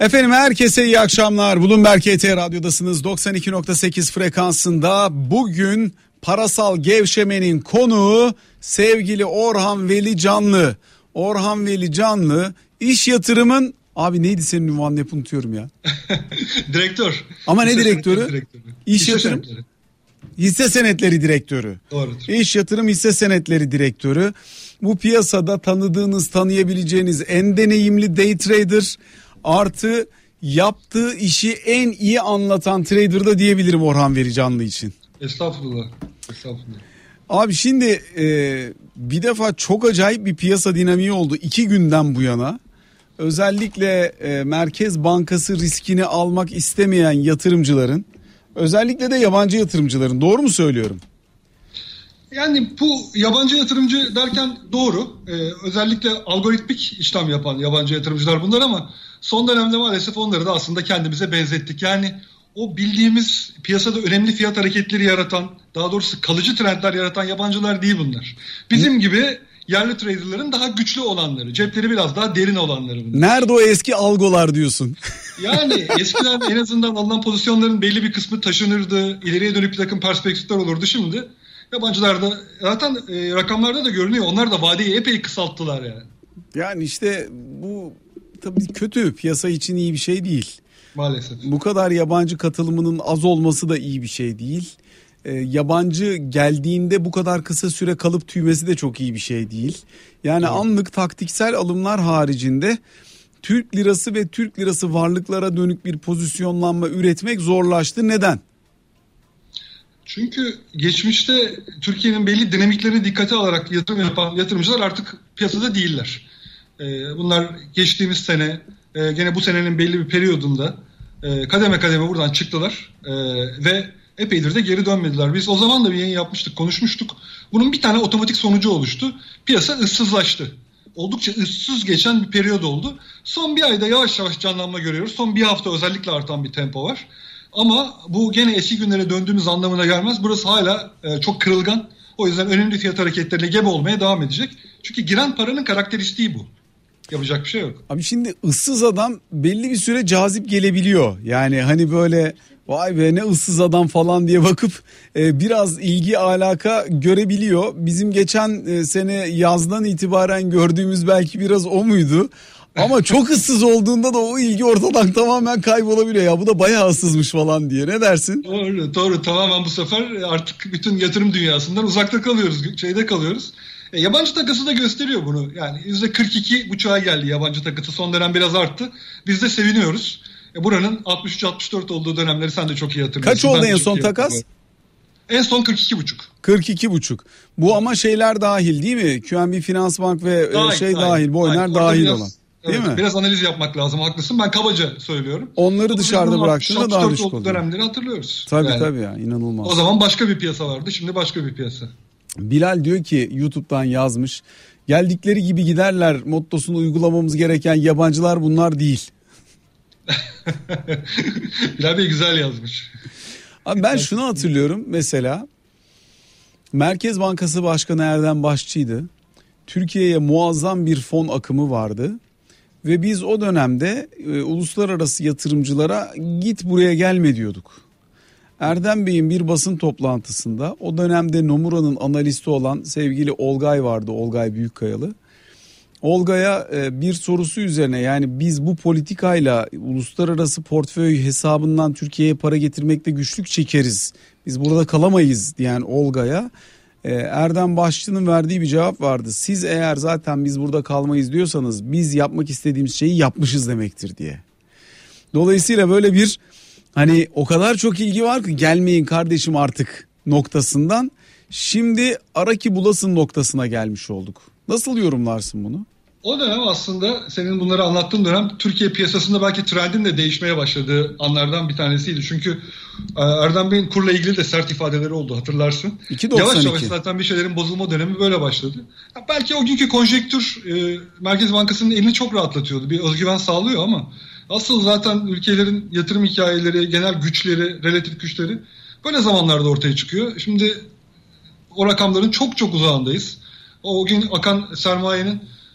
Efendim herkese iyi akşamlar. Bloomberg KT Radyo'dasınız. 92.8 frekansında bugün parasal gevşemenin konuğu sevgili Orhan Veli Canlı. Orhan Veli Canlı iş yatırımın... Abi neydi senin ünvanını, hep unutuyorum ya. Direktör. Ama ne direktörü? İş yatırım. Senetleri. Hisse senetleri direktörü. Doğrudur. İş yatırım hisse senetleri direktörü. Bu piyasada tanıdığınız, tanıyabileceğiniz en deneyimli day trader, artı yaptığı işi en iyi anlatan trader da diyebilirim Orhan Veli Canlı için. Estağfurullah. Abi şimdi bir defa çok acayip bir piyasa dinamiği oldu 2 günden bu yana. Özellikle Merkez Bankası riskini almak istemeyen yatırımcıların, özellikle de yabancı yatırımcıların, doğru mu söylüyorum? Yani bu yabancı yatırımcı derken doğru. Özellikle algoritmik işlem yapan yabancı yatırımcılar bunlar, ama son dönemde maalesef onları da aslında kendimize benzettik. Yani o bildiğimiz piyasada önemli fiyat hareketleri yaratan, daha doğrusu kalıcı trendler yaratan yabancılar değil bunlar. Bizim gibi yerli traderların daha güçlü olanları, cepleri biraz daha derin olanları bunlar. Nerede o eski algolar diyorsun? Yani eskiden en azından alınan pozisyonların belli bir kısmı taşınırdı, ileriye dönük bir takım perspektifler olurdu. Şimdi yabancılarda zaten rakamlarda da görünüyor. Onlar da vadeyi epey kısalttılar yani. Yani işte bu tabii kötü, piyasa için iyi bir şey değil. Maalesef. Bu kadar yabancı katılımının az olması da iyi bir şey değil. Yabancı geldiğinde bu kadar kısa süre kalıp tüymesi de çok iyi bir şey değil. Yani evet, anlık taktiksel alımlar haricinde Türk lirası ve Türk lirası varlıklara dönük bir pozisyonlanma üretmek zorlaştı. Neden? Çünkü geçmişte Türkiye'nin belli dinamiklerini dikkate alarak yatırım yapan yatırımcılar artık piyasada değiller. Bunlar geçtiğimiz sene, gene bu senenin belli bir periyodunda kademe kademe buradan çıktılar ve epeydir de geri dönmediler. Biz o zaman da bir yayın yapmıştık, konuşmuştuk. Bunun bir tane otomatik sonucu oluştu. Piyasa ıssızlaştı. Oldukça ıssız geçen bir periyod oldu. Son bir ayda yavaş yavaş canlanma görüyoruz. Son bir hafta özellikle artan bir tempo var. Ama bu gene eski günlere döndüğümüz anlamına gelmez. Burası hala çok kırılgan. O yüzden önemli fiyat hareketlerine gebe olmaya devam edecek. Çünkü giren paranın karakteristiği bu. Yapacak bir şey yok. Abi şimdi ıssız adam belli bir süre cazip gelebiliyor. Yani hani böyle vay be ne ıssız adam falan diye bakıp biraz ilgi alaka görebiliyor. Bizim geçen sene yazdan itibaren gördüğümüz belki biraz o muydu? Ama çok ıssız olduğunda da o ilgi ortadan tamamen kaybolabiliyor. Ya bu da bayağı ıssızmış falan diye. Ne dersin? Doğru. Tamamen bu sefer artık bütün yatırım dünyasından uzakta kalıyoruz. Şeyde kalıyoruz. Yabancı takısı da gösteriyor bunu. Yani %42,5'a geldi yabancı takısı. Son dönem biraz arttı. Biz de seviniyoruz. Buranın 63-64 olduğu dönemleri sen de çok iyi hatırlıyorsun. Kaç oldu en son takas? En son 42,5. 42,5. Bu ama şeyler dahil değil mi? QNB Finansbank ve dahil. Bu oyunlar dahil olan. Değil mi? Biraz analiz yapmak lazım. Haklısın. Ben kabaca söylüyorum. Onları dışarıda bıraktığında daha düşük oluyor. Dönemleri hatırlıyoruz. Tabii ya, inanılmaz. O zaman başka bir piyasa vardı. Şimdi başka bir piyasa. Bilal diyor ki YouTube'dan yazmış. Geldikleri gibi giderler mottosunu uygulamamız gereken yabancılar bunlar değil. Bilal Bey güzel yazmış. Abi ben şunu hatırlıyorum mesela. Merkez Bankası Başkanı Erdem Başçı'ydı. Türkiye'ye muazzam bir fon akımı vardı. Ve biz o dönemde uluslararası yatırımcılara git buraya gelme diyorduk. Erdem Bey'in bir basın toplantısında o dönemde Nomura'nın analisti olan sevgili Olgay vardı, Olgay Büyükkayalı. Olgay'a bir sorusu üzerine, yani biz bu politikayla uluslararası portföy hesabından Türkiye'ye para getirmekte güçlük çekeriz, biz burada kalamayız diyen Olgay'a Erdem Başçı'nın verdiği bir cevap vardı. Siz eğer zaten biz burada kalmayız diyorsanız biz yapmak istediğimiz şeyi yapmışız demektir diye. Dolayısıyla böyle bir hani o kadar çok ilgi var ki gelmeyin kardeşim artık noktasından şimdi ara ki bulasın noktasına gelmiş olduk. Nasıl yorumlarsın bunu? O dönem aslında senin bunları anlattığın dönem Türkiye piyasasında belki trendin de değişmeye başladığı anlardan bir tanesiydi. Çünkü Erdem Bey'in kurla ilgili de sert ifadeleri oldu, hatırlarsın. 2.92. Yavaş yavaş zaten bir şeylerin bozulma dönemi böyle başladı. Belki o günkü konjektür Merkez Bankası'nın elini çok rahatlatıyordu. Bir özgüven sağlıyor ama asıl zaten ülkelerin yatırım hikayeleri, genel güçleri, relatif güçleri böyle zamanlarda ortaya çıkıyor. Şimdi o rakamların çok çok uzağındayız. O gün akan sermayenin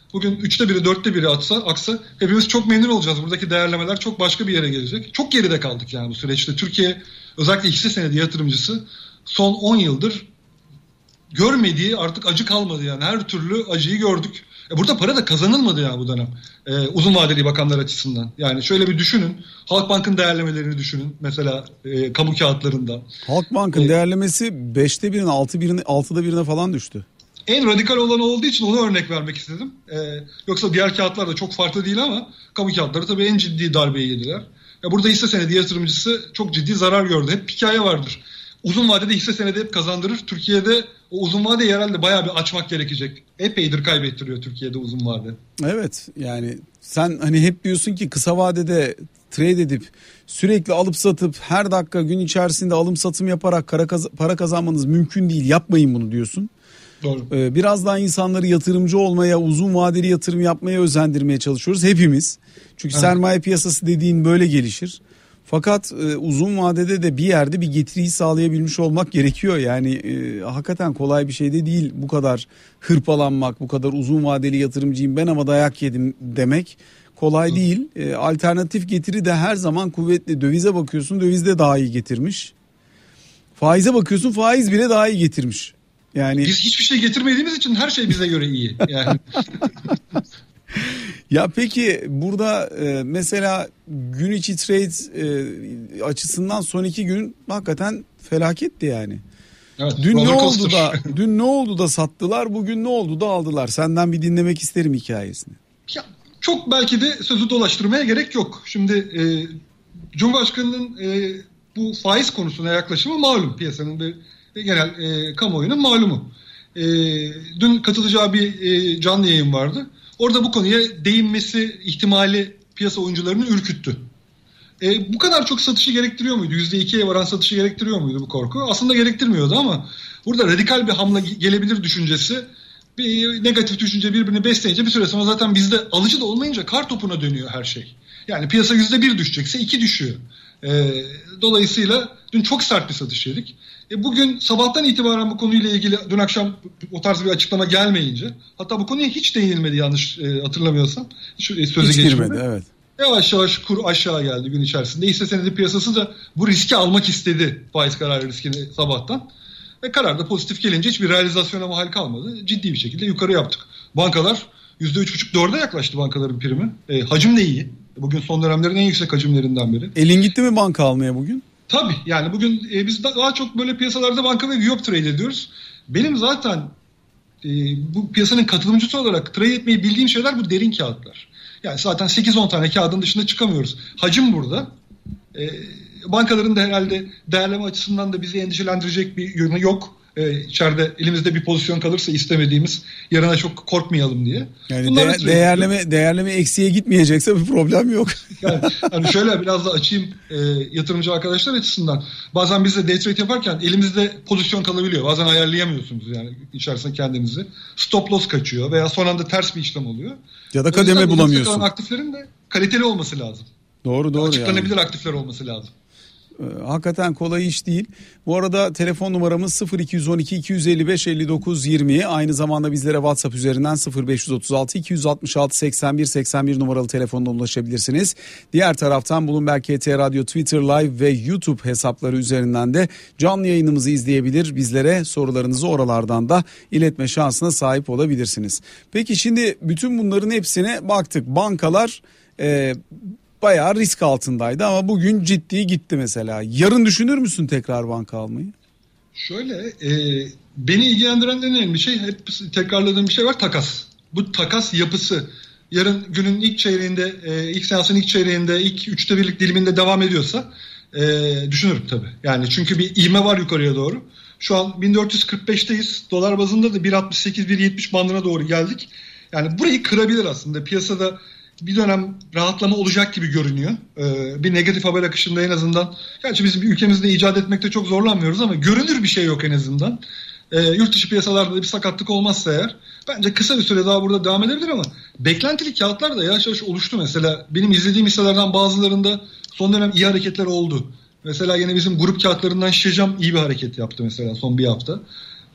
bugün 3'te biri 4'te biri aksa hepimiz çok memnun olacağız. Buradaki değerlemeler çok başka bir yere gelecek. Çok geride kaldık yani bu süreçte. Türkiye özellikle hisse senedi yatırımcısı son 10 yıldır görmediği artık acı kalmadı yani. Her türlü acıyı gördük. Burada para da kazanılmadı ya bu dönem. Uzun vadeli bakanlar açısından. Yani şöyle bir düşünün. Halkbank'ın değerlemelerini düşünün. Mesela kamu kağıtlarında. Halkbank'ın değerlemesi 5'te 1'in 6'da 1'ine falan düştü. En radikal olan olduğu için onu örnek vermek istedim. Yoksa diğer kağıtlar da çok farklı değil ama kamu kağıtları tabii en ciddi darbeyi yediler. Burada hisse senedi yatırımcısı çok ciddi zarar gördü. Hep hikaye vardır. Uzun vadede hisse senedi hep kazandırır. Türkiye'de o uzun vadeyi herhalde bayağı bir açmak gerekecek. Epeydir kaybettiriyor Türkiye'de uzun vade. Evet yani sen hani hep diyorsun ki kısa vadede trade edip sürekli alıp satıp her dakika gün içerisinde alım satım yaparak para kazanmanız mümkün değil. Yapmayın bunu diyorsun. Doğru. Biraz daha insanları yatırımcı olmaya, uzun vadeli yatırım yapmaya özendirmeye çalışıyoruz hepimiz. Çünkü sermaye piyasası dediğin böyle gelişir. Fakat uzun vadede de bir yerde bir getiriyi sağlayabilmiş olmak gerekiyor. Yani hakikaten kolay bir şey de değil bu kadar hırpalanmak, bu kadar uzun vadeli yatırımcıyım ben ama dayak yedim demek kolay değil. Alternatif getiri de her zaman kuvvetli. Dövize bakıyorsun, döviz de daha iyi getirmiş. Faize bakıyorsun, faiz bile daha iyi getirmiş. Yani biz hiçbir şey getirmediğimiz için her şey bize göre iyi. Yani ya peki burada mesela gün içi trade açısından son 2 gün hakikaten felaketti yani. Evet, dün ne oldu da sattılar, bugün ne oldu da aldılar. Senden bir dinlemek isterim hikayesini. Ya, çok belki de sözü dolaştırmaya gerek yok. Şimdi Cumhurbaşkanı'nın bu faiz konusuna yaklaşımı malum, piyasanın bir genel kamuoyunun malumu. Dün katılacağı bir canlı yayın vardı. Orada bu konuya değinmesi ihtimali piyasa oyuncularını ürküttü. Bu kadar çok satışı gerektiriyor muydu? %2'ye varan satışı gerektiriyor muydu bu korku? Aslında gerektirmiyordu ama burada radikal bir hamle gelebilir düşüncesi, bir negatif düşünce birbirini besleyince bir süre sonra zaten bizde alıcı da olmayınca kar topuna dönüyor her şey. Yani piyasa %1 düşecekse 2 düşüyor. Dolayısıyla dün çok sert bir satış yedik. Bugün sabahtan itibaren bu konuyla ilgili dün akşam o tarz bir açıklama gelmeyince, hatta bu konuya hiç değinilmedi yanlış hatırlamıyorsam. Hiç girmedi, evet. Yavaş yavaş kur aşağı geldi gün içerisinde. Hisse senedi piyasası da bu riski almak istedi, faiz kararı riskini sabahtan. Ve karar da pozitif gelince hiçbir realizasyona mahal kalmadı. Ciddi bir şekilde yukarı yaptık. Bankalar %3,5-4'e yaklaştı bankaların primi. Hacim de iyi. Bugün son dönemlerin en yüksek hacimlerinden biri. Elin gitti mi banka almaya bugün? Tabii yani bugün biz daha çok böyle piyasalarda banka ve VIOP trade ediyoruz. Benim zaten bu piyasanın katılımcısı olarak trade etmeyi bildiğim şeyler bu derin kağıtlar. Yani zaten 8-10 tane kağıdın dışında çıkamıyoruz. Hacim burada. Bankaların da herhalde değerleme açısından da bizi endişelendirecek bir yönü yok. İçeride elimizde bir pozisyon kalırsa istemediğimiz, yarına çok korkmayalım diye. Yani değerleme eksiye gitmeyecekse bir problem yok. Yani şöyle biraz da açayım yatırımcı arkadaşlar açısından. Bazen biz de day trade yaparken elimizde pozisyon kalabiliyor. Bazen ayarlayamıyorsunuz yani içerisinde kendinizi. Stop loss kaçıyor veya son anda ters bir işlem oluyor. Ya da kademe bulamıyorsun. Aktiflerin de kaliteli olması lazım. Doğru. Açıklanabilir aktifler olması lazım. Hakikaten kolay iş değil. Bu arada telefon numaramız 0212 255 59 20. Aynı zamanda bizlere WhatsApp üzerinden 0536 266 81 81 numaralı telefondan ulaşabilirsiniz. Diğer taraftan Bloomberg KT Radyo Twitter Live ve YouTube hesapları üzerinden de canlı yayınımızı izleyebilir. Bizlere sorularınızı oralardan da iletme şansına sahip olabilirsiniz. Peki şimdi bütün bunların hepsine baktık. Bankalar bayağı risk altındaydı ama bugün ciddi gitti mesela. Yarın düşünür müsün tekrar banka almayı? Şöyle beni ilgilendiren en önemli şey, hep tekrarladığım bir şey var, takas. Bu takas yapısı yarın günün ilk çeyreğinde, ilk seansın ilk çeyreğinde, ilk 3'te 1'lik diliminde devam ediyorsa düşünürüm tabii. Yani çünkü bir ivme var yukarıya doğru. Şu an 1445'teyiz. Dolar bazında da 1.68-1.70 bandına doğru geldik. Yani burayı kırabilir aslında. Piyasada bir dönem rahatlama olacak gibi görünüyor. Bir negatif haber akışında en azından. Gerçi bizim ülkemizde icat etmekte çok zorlanmıyoruz ama görünür bir şey yok en azından. Yurt dışı piyasalarda da bir sakatlık olmazsa eğer bence kısa bir süre daha burada devam edebilir ama beklentili kağıtlar da yavaş yavaş oluştu mesela. Benim izlediğim hisselerden bazılarında son dönem iyi hareketler oldu. Mesela yine bizim grup kağıtlarından Şecam iyi bir hareket yaptı mesela son bir hafta.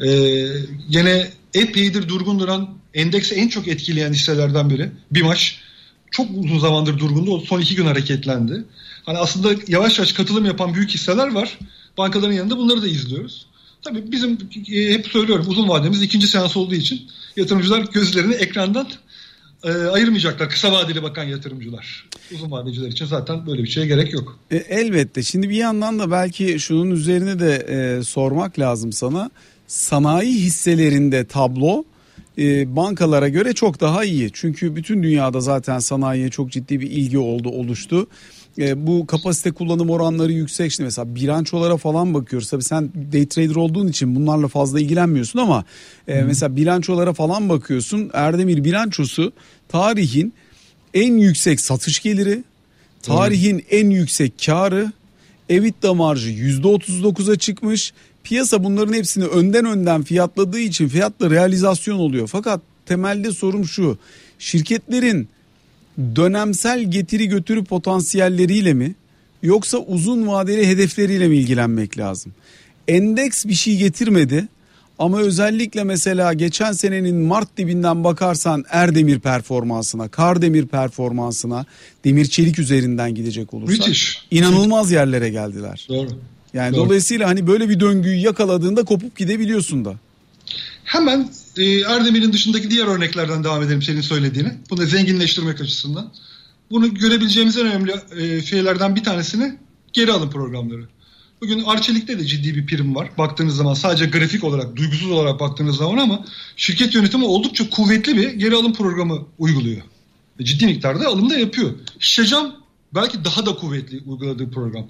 Yine epeydir durgun duran, endeksi en çok etkileyen hisselerden biri BİMAŞ. Çok uzun zamandır durgundu. O son 2 gün hareketlendi. Hani aslında yavaş yavaş katılım yapan büyük hisseler var. Bankaların yanında bunları da izliyoruz. Tabii bizim hep söylüyorum, uzun vademiz ikinci seans olduğu için yatırımcılar gözlerini ekrandan ayırmayacaklar. Kısa vadeli bakan yatırımcılar. Uzun vadeciler için zaten böyle bir şeye gerek yok. Elbette. Şimdi bir yandan da belki şunun üzerine de sormak lazım sana. Sanayi hisselerinde tablo bankalara göre çok daha iyi. Çünkü bütün dünyada zaten sanayiye çok ciddi bir ilgi oluştu. Bu kapasite kullanım oranları yüksek. Şimdi mesela bilançolara falan bakıyoruz. Tabii sen day trader olduğun için bunlarla fazla ilgilenmiyorsun ama mesela bilançolara falan bakıyorsun. Erdemir bilançosu tarihin en yüksek satış geliri, tarihin en yüksek karı, EBITDA marjı %39'a çıkmış. Piyasa bunların hepsini önden fiyatladığı için fiyatla realizasyon oluyor. Fakat temelde sorum şu: şirketlerin dönemsel getiri götürü potansiyelleriyle mi yoksa uzun vadeli hedefleriyle mi ilgilenmek lazım? Endeks bir şey getirmedi ama özellikle mesela geçen senenin Mart dibinden bakarsan Erdemir performansına, Kardemir performansına, demir çelik üzerinden gidecek olursak müthiş, inanılmaz yerlere geldiler. Doğru. Yani Doğru. Dolayısıyla hani böyle bir döngüyü yakaladığında kopup gidebiliyorsun da. Hemen Erdemir'in dışındaki diğer örneklerden devam edelim senin söylediğini. Bunu zenginleştirmek açısından. Bunu görebileceğimiz en önemli şeylerden bir tanesini geri alım programları. Bugün Arçelik'te de ciddi bir prim var. Baktığınız zaman sadece grafik olarak, duygusuz olarak baktığınız zaman ama şirket yönetimi oldukça kuvvetli bir geri alım programı uyguluyor. Ciddi miktarda alım da yapıyor. Şişecam belki daha da kuvvetli uyguladığı program.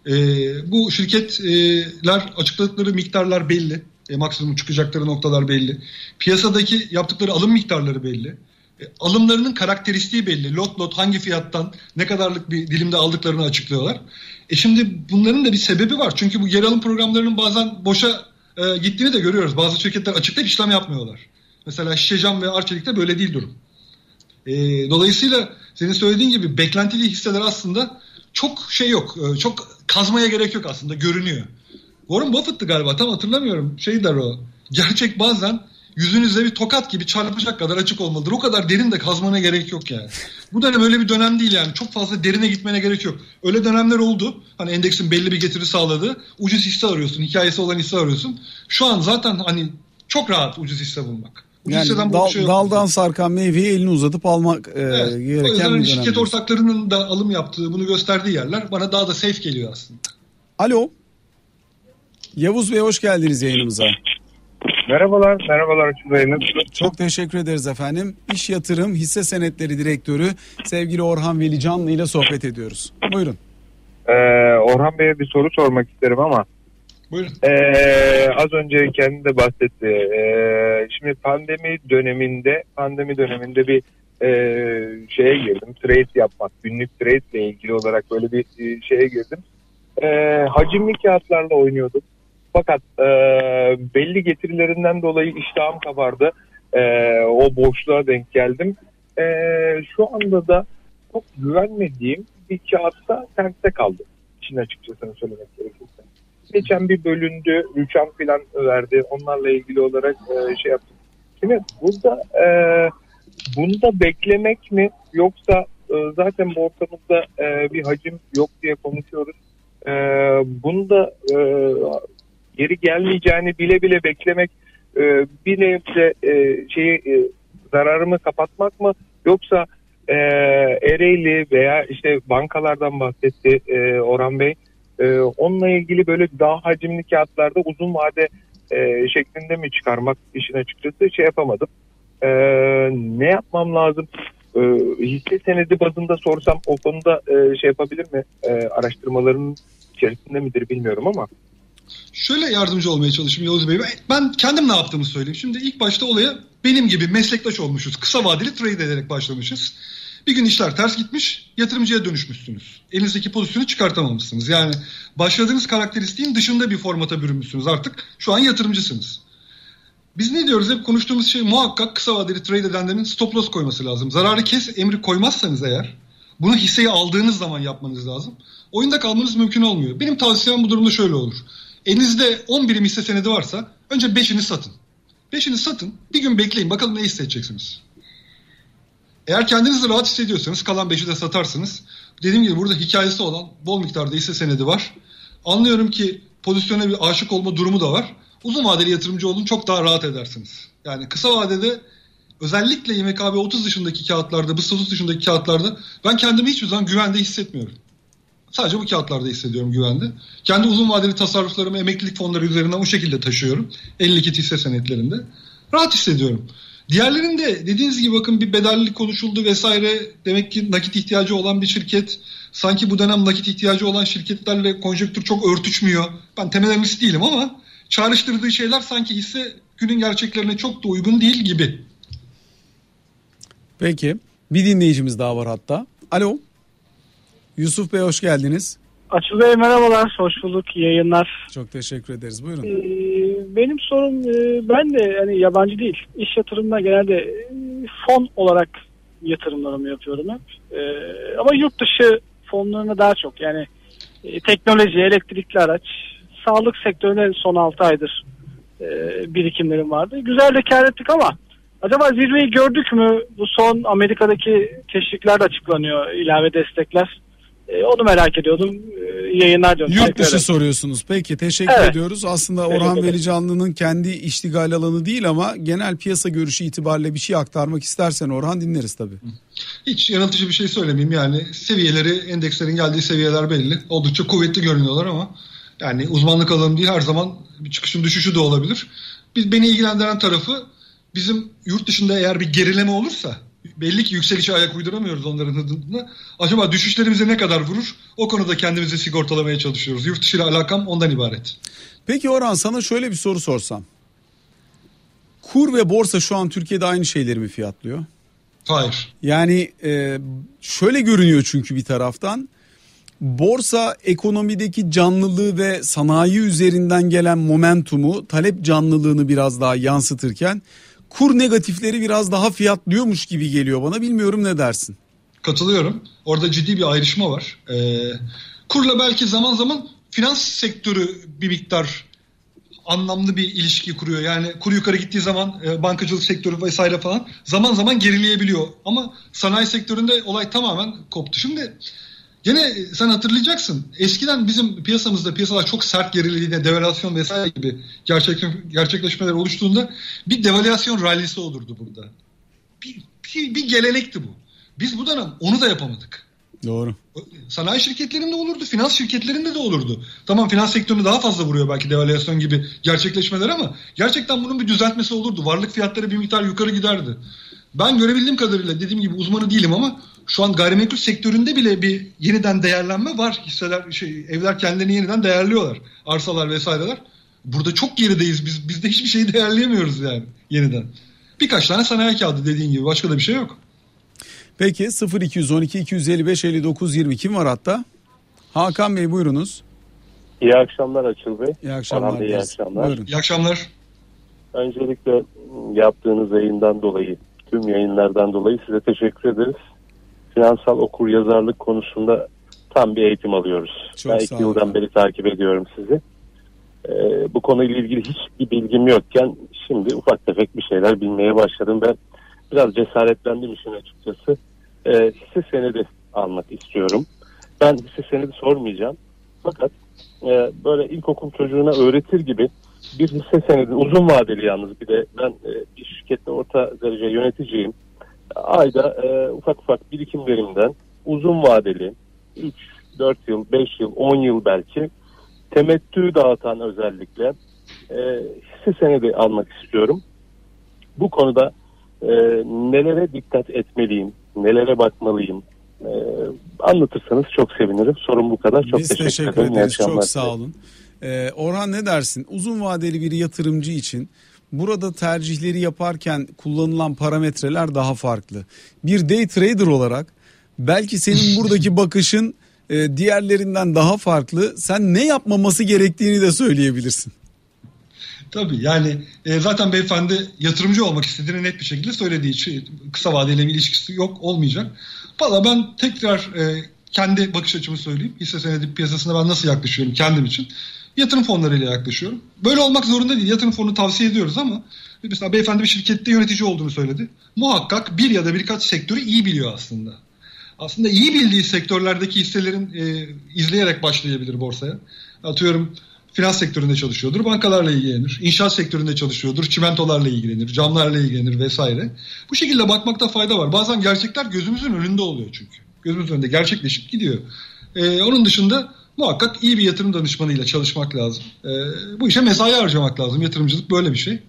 Bu şirketler açıkladıkları miktarlar belli. Maksimum çıkacakları noktalar belli. Piyasadaki yaptıkları alım miktarları belli. Alımlarının karakteristiği belli. Lot hangi fiyattan ne kadarlık bir dilimde aldıklarını açıklıyorlar. Şimdi bunların da bir sebebi var. Çünkü bu geri alım programlarının bazen boşa gittiğini de görüyoruz. Bazı şirketler açıklayıp işlem yapmıyorlar. Mesela Şişecam ve Arçelik'te böyle değil durum. Dolayısıyla senin söylediğin gibi beklentili hisseler aslında çok şey yok. Çok kazmaya gerek yok aslında, görünüyor. Warren Buffett'tı galiba, tam hatırlamıyorum. Şey der o. Gerçek bazen yüzünüze bir tokat gibi çarpacak kadar açık olmalıdır. O kadar derin de kazmana gerek yok yani. Bu dönem öyle bir dönem değil yani. Çok fazla derine gitmene gerek yok. Öyle dönemler oldu. Hani endeksin belli bir getiri sağladığı. Ucuz hisse arıyorsun. Hikayesi olan hisse arıyorsun. Şu an zaten hani çok rahat ucuz hisse bulmak. Yani daldan sarkan meyveyi elini uzatıp almak gereken o yüzden bir dönem. şirket ortaklarının da alım yaptığı, bunu gösterdiği yerler bana daha da safe geliyor aslında. Alo. Yavuz Bey, hoş geldiniz yayınımıza. Merhabalar Açıl Bey. Çok teşekkür ederiz efendim. İş Yatırım Hisse Senetleri Direktörü sevgili Orhan Velicanlı ile sohbet ediyoruz. Buyurun. Orhan Bey'e bir soru sormak isterim ama. Buyurun. Az önce kendi de bahsetti. Şimdi pandemi döneminde bir şeye girdim. Trade yapmak, günlük trade ile ilgili olarak böyle bir şeye girdim. Hacimli kağıtlarla oynuyordum. Fakat belli getirilerinden dolayı iştahım kabardı. O boşluğa denk geldim. Şu anda da çok güvenmediğim bir kağıtta terste kaldım. İşin açıkçası söylemek gerekirse. Geçen bir bölündü, rüçhan falan verdi. Onlarla ilgili olarak şey yaptım. Şimdi burada bunda beklemek mi, yoksa zaten bu ortamızda bir hacim yok diye konuşuyoruz. Bunda geri gelmeyeceğini bile bile beklemek, bir nebze zararımı kapatmak mı, yoksa Ereğli veya işte bankalardan bahsetti Orhan Bey, onunla ilgili böyle daha hacimli kağıtlarda uzun vade şeklinde mi çıkarmak, işin açıkçası şey yapamadım. Ne yapmam lazım? Hisse senedi bazında sorsam o konuda şey yapabilir mi? Araştırmaların içerisinde midir bilmiyorum ama. Şöyle yardımcı olmaya çalışayım Yavuz Bey. Ben kendim ne yaptığımı söyleyeyim. Şimdi ilk başta olaya benim gibi meslektaş olmuşuz. Kısa vadeli trade ederek başlamışız. Bir gün işler ters gitmiş, yatırımcıya dönüşmüşsünüz. Elinizdeki pozisyonu çıkartamamışsınız. Yani başladığınız karakteristiğin dışında bir formata bürünmüşsünüz artık. Şu an yatırımcısınız. Biz ne diyoruz? Hep konuştuğumuz şey muhakkak kısa vadeli trade edenlerin stop loss koyması lazım. Zararı kes emri koymazsanız eğer, bunu hisseyi aldığınız zaman yapmanız lazım. Oyunda kalmanız mümkün olmuyor. Benim tavsiyem bu durumda şöyle olur. Elinizde 10 birim hisse senedi varsa Önce 5'ini satın. 5'ini satın, bir gün bekleyin, bakalım ne hissedeceksiniz. Eğer kendinizi rahat hissediyorsanız kalan 5'i de satarsınız. Dediğim gibi burada hikayesi olan bol miktarda hisse senedi var. Anlıyorum ki pozisyona bir aşık olma durumu da var. Uzun vadeli yatırımcı olun, çok daha rahat edersiniz. Yani kısa vadede özellikle İMKB 30 dışındaki kağıtlarda, BIST 30 dışındaki kağıtlarda ben kendimi hiçbir zaman güvende hissetmiyorum. Sadece bu kağıtlarda hissediyorum güvende. Kendi uzun vadeli tasarruflarımı emeklilik fonları üzerinden o şekilde taşıyorum. 52 hisse senetlerinde. Rahat hissediyorum. Diğerlerinde dediğiniz gibi bakın bir bedellilik konuşuldu vesaire. Demek ki nakit ihtiyacı olan bir şirket. Sanki bu dönem nakit ihtiyacı olan şirketlerle konjonktür çok örtüşmüyor. Ben temel analist değilim ama çağrıştırdığı şeyler sanki hisse günün gerçeklerine çok da uygun değil gibi. Peki. Bir dinleyicimiz daha var hatta. Alo. Yusuf Bey hoş geldiniz. Açıl Bey merhabalar, hoş bulduk, iyi yayınlar. Çok teşekkür ederiz, buyurun. Benim sorum, ben de hani yabancı değil, iş yatırımına genelde fon olarak yatırımlarımı yapıyorum hep. Ama yurt dışı fonlarına daha çok, yani teknoloji, elektrikli araç, sağlık sektörüne son 6 aydır birikimlerim vardı. Güzel de kâr ettik ama acaba zirveyi gördük mü? Bu son Amerika'daki teşvikler de açıklanıyor, ilave destekler. Onu merak ediyordum. Yayınlar diyorum. Yurt dışı soruyorsunuz. Peki teşekkür ediyoruz. Aslında Orhan Velicanlı'nın kendi iştigal alanı değil ama genel piyasa görüşü itibariyle bir şey aktarmak istersen Orhan dinleriz tabii. Hiç yanıltıcı bir şey söylemeyeyim. Yani seviyeleri, endekslerin geldiği seviyeler belli. Oldukça kuvvetli görünüyorlar ama yani uzmanlık alanı değil, her zaman bir çıkışın düşüşü de olabilir. Beni ilgilendiren tarafı bizim yurt dışında eğer bir gerileme olursa belli ki yükselişe ayak uyduramıyoruz onların hızına. Acaba düşüşlerimize ne kadar vurur? O konuda kendimizi sigortalamaya çalışıyoruz. Yurt dışı ile alakam ondan ibaret. Peki Orhan, sana şöyle bir soru sorsam. Kur ve borsa şu an Türkiye'de aynı şeyleri mi fiyatlıyor? Hayır. Yani şöyle görünüyor çünkü bir taraftan. Borsa ekonomideki canlılığı ve sanayi üzerinden gelen momentumu, talep canlılığını biraz daha yansıtırken kur negatifleri biraz daha fiyatlıyormuş gibi geliyor bana. Bilmiyorum, ne dersin? Katılıyorum. Orada ciddi bir ayrışma var. Kurla belki zaman zaman finans sektörü bir miktar anlamlı bir ilişki kuruyor. Yani kur yukarı gittiği zaman bankacılık sektörü vesaire falan zaman zaman gerileyebiliyor. Ama sanayi sektöründe olay tamamen koptu. Şimdi gene sen hatırlayacaksın. Eskiden bizim piyasalar çok sert gerilediğinde, devalüasyon vesaire gibi gerçekleşmeler oluştuğunda bir devalüasyon rallisi olurdu burada. Bir gelenekti bu. Biz bu dönem onu da yapamadık. Doğru. Sanayi şirketlerinde olurdu, finans şirketlerinde de olurdu. Tamam, finans sektörünü daha fazla vuruyor belki devalüasyon gibi gerçekleşmeler ama gerçekten bunun bir düzeltmesi olurdu. Varlık fiyatları bir miktar yukarı giderdi. Ben görebildiğim kadarıyla, dediğim gibi uzmanı değilim ama şu an gayrimenkul sektöründe bile bir yeniden değerlenme var. Evler kendilerini yeniden değerliyorlar. Arsalar vesaireler. Burada çok gerideyiz. Biz de hiçbir şeyi değerleyemiyoruz yani yeniden. Birkaç tane sanayi kağıdı dediğin gibi, başka da bir şey yok. Peki 0212 255 59 20 kim var hatta? Hakan Bey buyurunuz. İyi akşamlar Açıl Bey. İyi akşamlar. İyi akşamlar. Buyurun. İyi akşamlar. Öncelikle yaptığınız yayından dolayı, tüm yayınlardan dolayı size teşekkür ederiz. Finansal okuryazarlık konusunda tam bir eğitim alıyoruz. Çok ben 2 yıldan beri takip ediyorum sizi. Bu konuyla ilgili hiçbir bilgim yokken şimdi ufak tefek bir şeyler bilmeye başladım ve biraz cesaretlendim işin açıkçası. Hisse senedi almak istiyorum. Ben hisse senedi sormayacağım. Fakat böyle ilkokul çocuğuna öğretir gibi bir hisse senedi, uzun vadeli yalnız, bir de ben bir şirkette orta derece yöneticiyim. Ayda ufak ufak birikimlerimden uzun vadeli 3, 4 yıl, 5 yıl, 10 yıl belki temettü dağıtan özellikle hisse senedi almak istiyorum. Bu konuda nelere dikkat etmeliyim, nelere bakmalıyım anlatırsanız çok sevinirim. Sorum bu kadar. Çok teşekkür ederiz. Çok sağ olun. Orhan, ne dersin? Uzun vadeli bir yatırımcı için burada tercihleri yaparken kullanılan parametreler daha farklı. Bir day trader olarak belki senin buradaki bakışın diğerlerinden daha farklı. Sen ne yapmaması gerektiğini de söyleyebilirsin. Tabii yani zaten beyefendi yatırımcı olmak istediğini net bir şekilde söylediği için kısa vadeli bir ilişkisi yok, olmayacak. Valla ben tekrar kendi bakış açımı söyleyeyim. Hisse senedi piyasasına ben nasıl yaklaşıyorum kendim için. Yatırım fonlarıyla yaklaşıyorum. Böyle olmak zorunda değil. Yatırım fonu tavsiye ediyoruz ama mesela beyefendi bir şirkette yönetici olduğunu söyledi. Muhakkak bir ya da birkaç sektörü iyi biliyor aslında. Aslında iyi bildiği sektörlerdeki hisselerin izleyerek başlayabilir borsaya. Atıyorum finans sektöründe çalışıyordur, bankalarla ilgilenir. İnşaat sektöründe çalışıyordur, çimentolarla ilgilenir, camlarla ilgilenir vesaire. Bu şekilde bakmakta fayda var. Bazen gerçekler gözümüzün önünde oluyor çünkü. Gözümüzün önünde gerçekleşip gidiyor. Onun dışında muhakkak iyi bir yatırım danışmanıyla çalışmak lazım. Bu işe mesai harcamak lazım. Yatırımcılık böyle bir şey.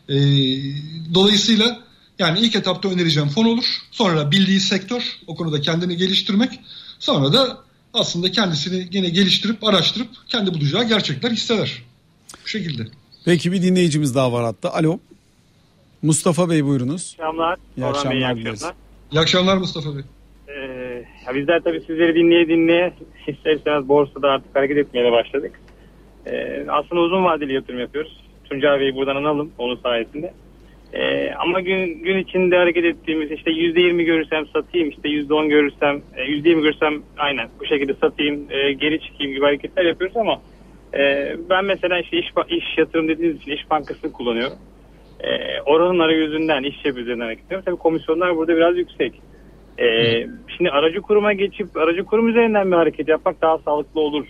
Dolayısıyla yani ilk etapta önereceğim fon olur. Sonra bildiği sektör, o konuda kendini geliştirmek. Sonra da aslında kendisini gene geliştirip, araştırıp kendi bulacağı gerçekler hisseder. Bu şekilde. Peki bir dinleyicimiz daha var hatta. Alo. Mustafa Bey buyurunuz. İyi akşamlar. İyi akşamlar dileriz. İyi akşamlar Mustafa Bey. Bizler tabii sizleri dinleye ister istemez borsada artık hareket etmeye de başladık. Aslında uzun vadeli yatırım yapıyoruz. Tuncay Bey'i buradan analım onun sayesinde. Ama gün içinde hareket ettiğimiz işte %20 görürsem satayım, işte %10 görürsem, %20 görürsem aynen bu şekilde satayım, geri çıkayım gibi hareketler yapıyoruz ama ben mesela işte iş yatırım dediğiniz için İş Bankası'nı kullanıyorum. Oranın arayüzünden, iş cep üzerinden hareket ediyorum. Tabii komisyonlar burada biraz yüksek. Şimdi aracı kuruma geçip aracı kurum üzerinden bir hareket yapmak daha sağlıklı olur.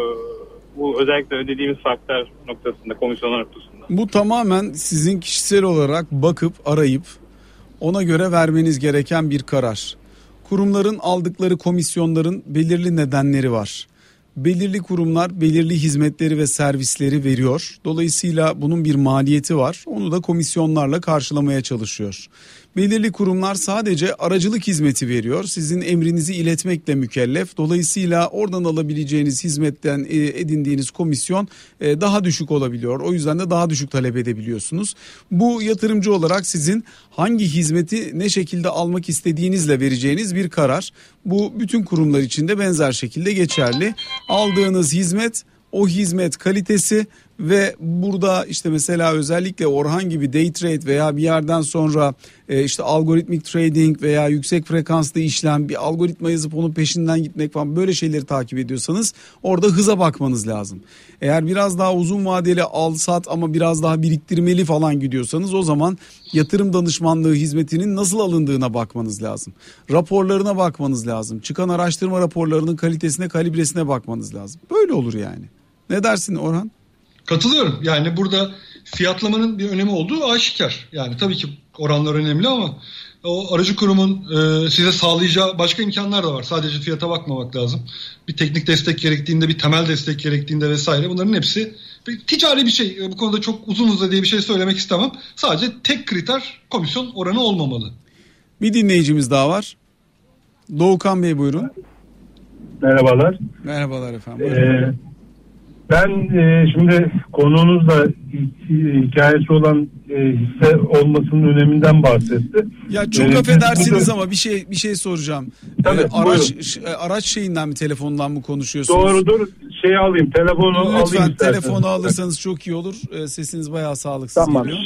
Bu özellikle ödediğimiz farklar noktasında, komisyonlar noktasında. Bu tamamen sizin kişisel olarak bakıp arayıp ona göre vermeniz gereken bir karar. Kurumların aldıkları komisyonların belirli nedenleri var. Belirli kurumlar belirli hizmetleri ve servisleri veriyor. Dolayısıyla bunun bir maliyeti var. Onu da komisyonlarla karşılamaya çalışıyor. Belirli kurumlar sadece aracılık hizmeti veriyor. Sizin emrinizi iletmekle mükellef. Dolayısıyla oradan alabileceğiniz hizmetten edindiğiniz komisyon daha düşük olabiliyor. O yüzden de daha düşük talep edebiliyorsunuz. Bu yatırımcı olarak sizin hangi hizmeti ne şekilde almak istediğinizle vereceğiniz bir karar. Bu bütün kurumlar için de benzer şekilde geçerli. Aldığınız hizmet, o hizmet kalitesi ve burada işte mesela özellikle Orhan gibi day trade veya bir yerden sonra işte algoritmik trading veya yüksek frekanslı işlem, bir algoritma yazıp onun peşinden gitmek falan, böyle şeyleri takip ediyorsanız orada hıza bakmanız lazım. Eğer biraz daha uzun vadeli al sat ama biraz daha biriktirmeli falan gidiyorsanız o zaman yatırım danışmanlığı hizmetinin nasıl alındığına bakmanız lazım. Raporlarına bakmanız lazım. Çıkan araştırma raporlarının kalitesine, kalibresine bakmanız lazım. Böyle olur yani. Ne dersin Orhan? Katılıyorum. Yani burada fiyatlamanın bir önemi olduğu aşikar. Yani tabii ki oranlar önemli ama o aracı kurumun size sağlayacağı başka imkanlar da var. Sadece fiyata bakmamak lazım. Bir teknik destek gerektiğinde, bir temel destek gerektiğinde vesaire, bunların hepsi ticari bir şey. Bu konuda çok uzun diye bir şey söylemek istemem. Sadece tek kriter komisyon oranı olmamalı. Bir dinleyicimiz daha var. Doğukan Bey buyurun. Merhabalar. Merhabalar efendim. Ben şimdi konuğunuzla hikayesi olan hisse olmasının öneminden bahsetti. Ya çok affedersiniz ama bir şey soracağım. Tabii, araç şeyinden mi, telefondan mı konuşuyorsunuz? Doğru. Alayım. Telefonu lütfen alayım. Lütfen telefonu alırsanız çok iyi olur. Sesiniz bayağı sağlıksız geliyor.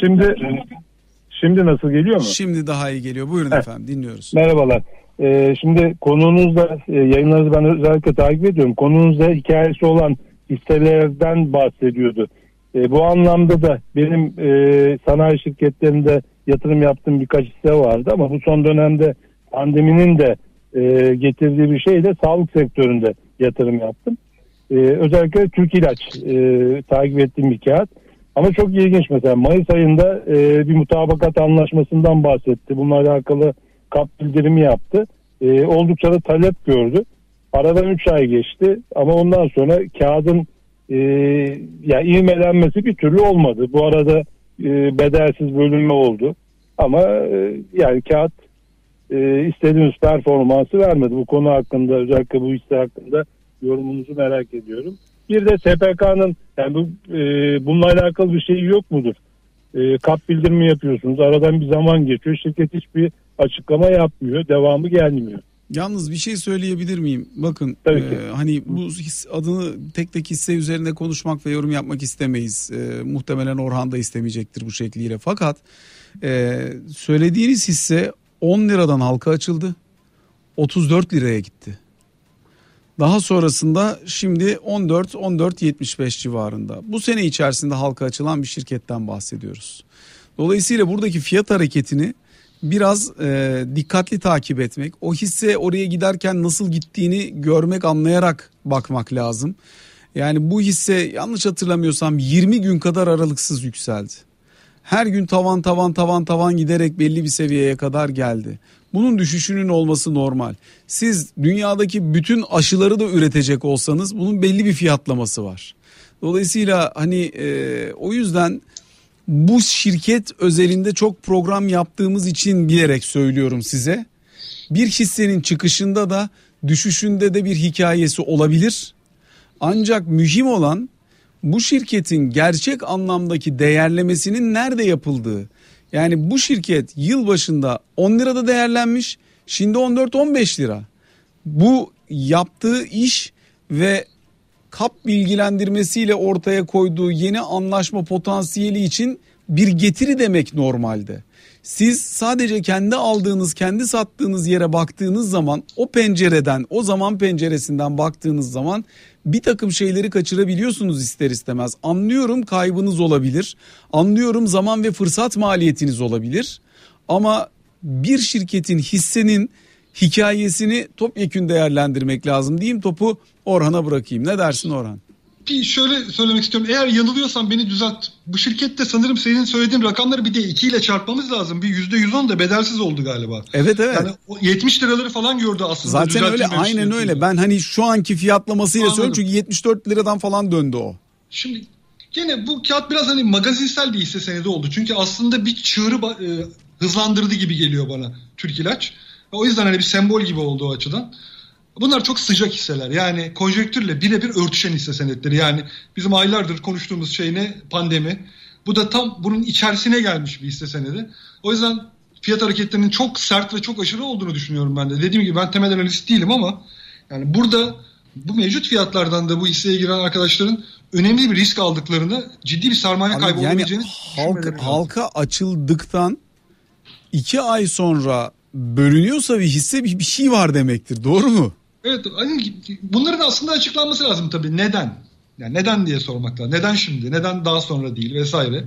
Şimdi nasıl geliyor mu? Şimdi daha iyi geliyor. Buyurun efendim, dinliyoruz. Merhabalar. Şimdi konuğunuzla yayınlarınızı ben özellikle takip ediyorum. Konuğunuzla hikayesi olan hisselerden bahsediyordu. Bu anlamda da benim sanayi şirketlerinde yatırım yaptığım birkaç hisse vardı ama bu son dönemde pandeminin de getirdiği bir şeyle sağlık sektöründe yatırım yaptım. Özellikle Türk İlaç takip ettiğim bir kağıt. Ama çok ilginç, mesela Mayıs ayında bir mutabakat anlaşmasından bahsetti. Bununla alakalı kap bildirimi yaptı. Oldukça da talep gördü. Aradan 3 ay geçti ama ondan sonra kağıdın ivmelenmesi bir türlü olmadı. Bu arada bedelsiz bölünme oldu. Ama yani kağıt istediğimiz performansı vermedi. Bu konu hakkında, özellikle bu hisse hakkında yorumunuzu merak ediyorum. Bir de SPK'nın yani bununla alakalı bir şey yok mudur? Kap bildirimi yapıyorsunuz. Aradan bir zaman geçiyor. Şirket hiçbir açıklama yapmıyor. Devamı gelmiyor. Yalnız bir şey söyleyebilir miyim? Bakın hani bu adını tek hisse üzerinde konuşmak ve yorum yapmak istemeyiz. Muhtemelen Orhan da istemeyecektir bu şekliyle. Fakat söylediğiniz hisse 10 liradan halka açıldı. 34 liraya gitti. Daha sonrasında şimdi 14-14.75 civarında. Bu sene içerisinde halka açılan bir şirketten bahsediyoruz. Dolayısıyla buradaki fiyat hareketini biraz dikkatli takip etmek, o hisse oraya giderken nasıl gittiğini görmek, anlayarak bakmak lazım. Yani bu hisse yanlış hatırlamıyorsam 20 gün kadar aralıksız yükseldi. Her gün tavan giderek belli bir seviyeye kadar geldi. Bunun düşüşünün olması normal. Siz dünyadaki bütün aşıları da üretecek olsanız bunun belli bir fiyatlaması var. Dolayısıyla o yüzden bu şirket özelinde çok program yaptığımız için bilerek söylüyorum size. Bir hissenin çıkışında da düşüşünde de bir hikayesi olabilir. Ancak mühim olan bu şirketin gerçek anlamdaki değerlemesinin nerede yapıldığı. Yani bu şirket yıl başında 10 lirada değerlenmiş, şimdi 14-15 lira. Bu yaptığı iş ve KAP bilgilendirmesiyle ortaya koyduğu yeni anlaşma potansiyeli için bir getiri demek normalde. Siz sadece kendi aldığınız, kendi sattığınız yere baktığınız zaman, o pencereden, o zaman penceresinden baktığınız zaman bir takım şeyleri kaçırabiliyorsunuz ister istemez. Anlıyorum, kaybınız olabilir. Anlıyorum, zaman ve fırsat maliyetiniz olabilir. Ama bir şirketin, hissenin hikayesini topyekün değerlendirmek lazım diyeyim, topu Orhan'a bırakayım. Ne dersin Orhan? Bir şöyle söylemek istiyorum. Eğer yanılıyorsam beni düzelt. Bu şirkette sanırım senin söylediğin rakamları bir de 2 ile çarpmamız lazım. Bir %110 da bedelsiz oldu galiba. Evet. Yani o 70 liraları falan gördü aslında. Zaten öyle, aynen öyle. Ben şu anki fiyatlamasıyla söylüyorum çünkü 74 liradan falan döndü o. Şimdi gene bu kağıt biraz magazinsel bir hisse senedi oldu. Çünkü aslında bir çığırı hızlandırdı gibi geliyor bana Türk İlaç. O yüzden bir sembol gibi oldu o açıdan. Bunlar çok sıcak hisseler. Yani konjonktürle birebir örtüşen hisse senetleri. Yani bizim aylardır konuştuğumuz şey ne? Pandemi. Bu da tam bunun içerisine gelmiş bir hisse senedi. O yüzden fiyat hareketlerinin çok sert ve çok aşırı olduğunu düşünüyorum ben de. Dediğim gibi ben temel analist değilim ama yani burada bu mevcut fiyatlardan da bu hisseye giren arkadaşların önemli bir risk aldıklarını, ciddi bir sermaye kaybı olabileceğini halka açıldıktan 2 ay sonra bölünüyorsa bir hisse, bir şey var demektir. Doğru mu? Evet. Bunların aslında açıklanması lazım tabii. Neden? Yani neden diye sormak lazım. Neden şimdi? Neden daha sonra değil vesaire.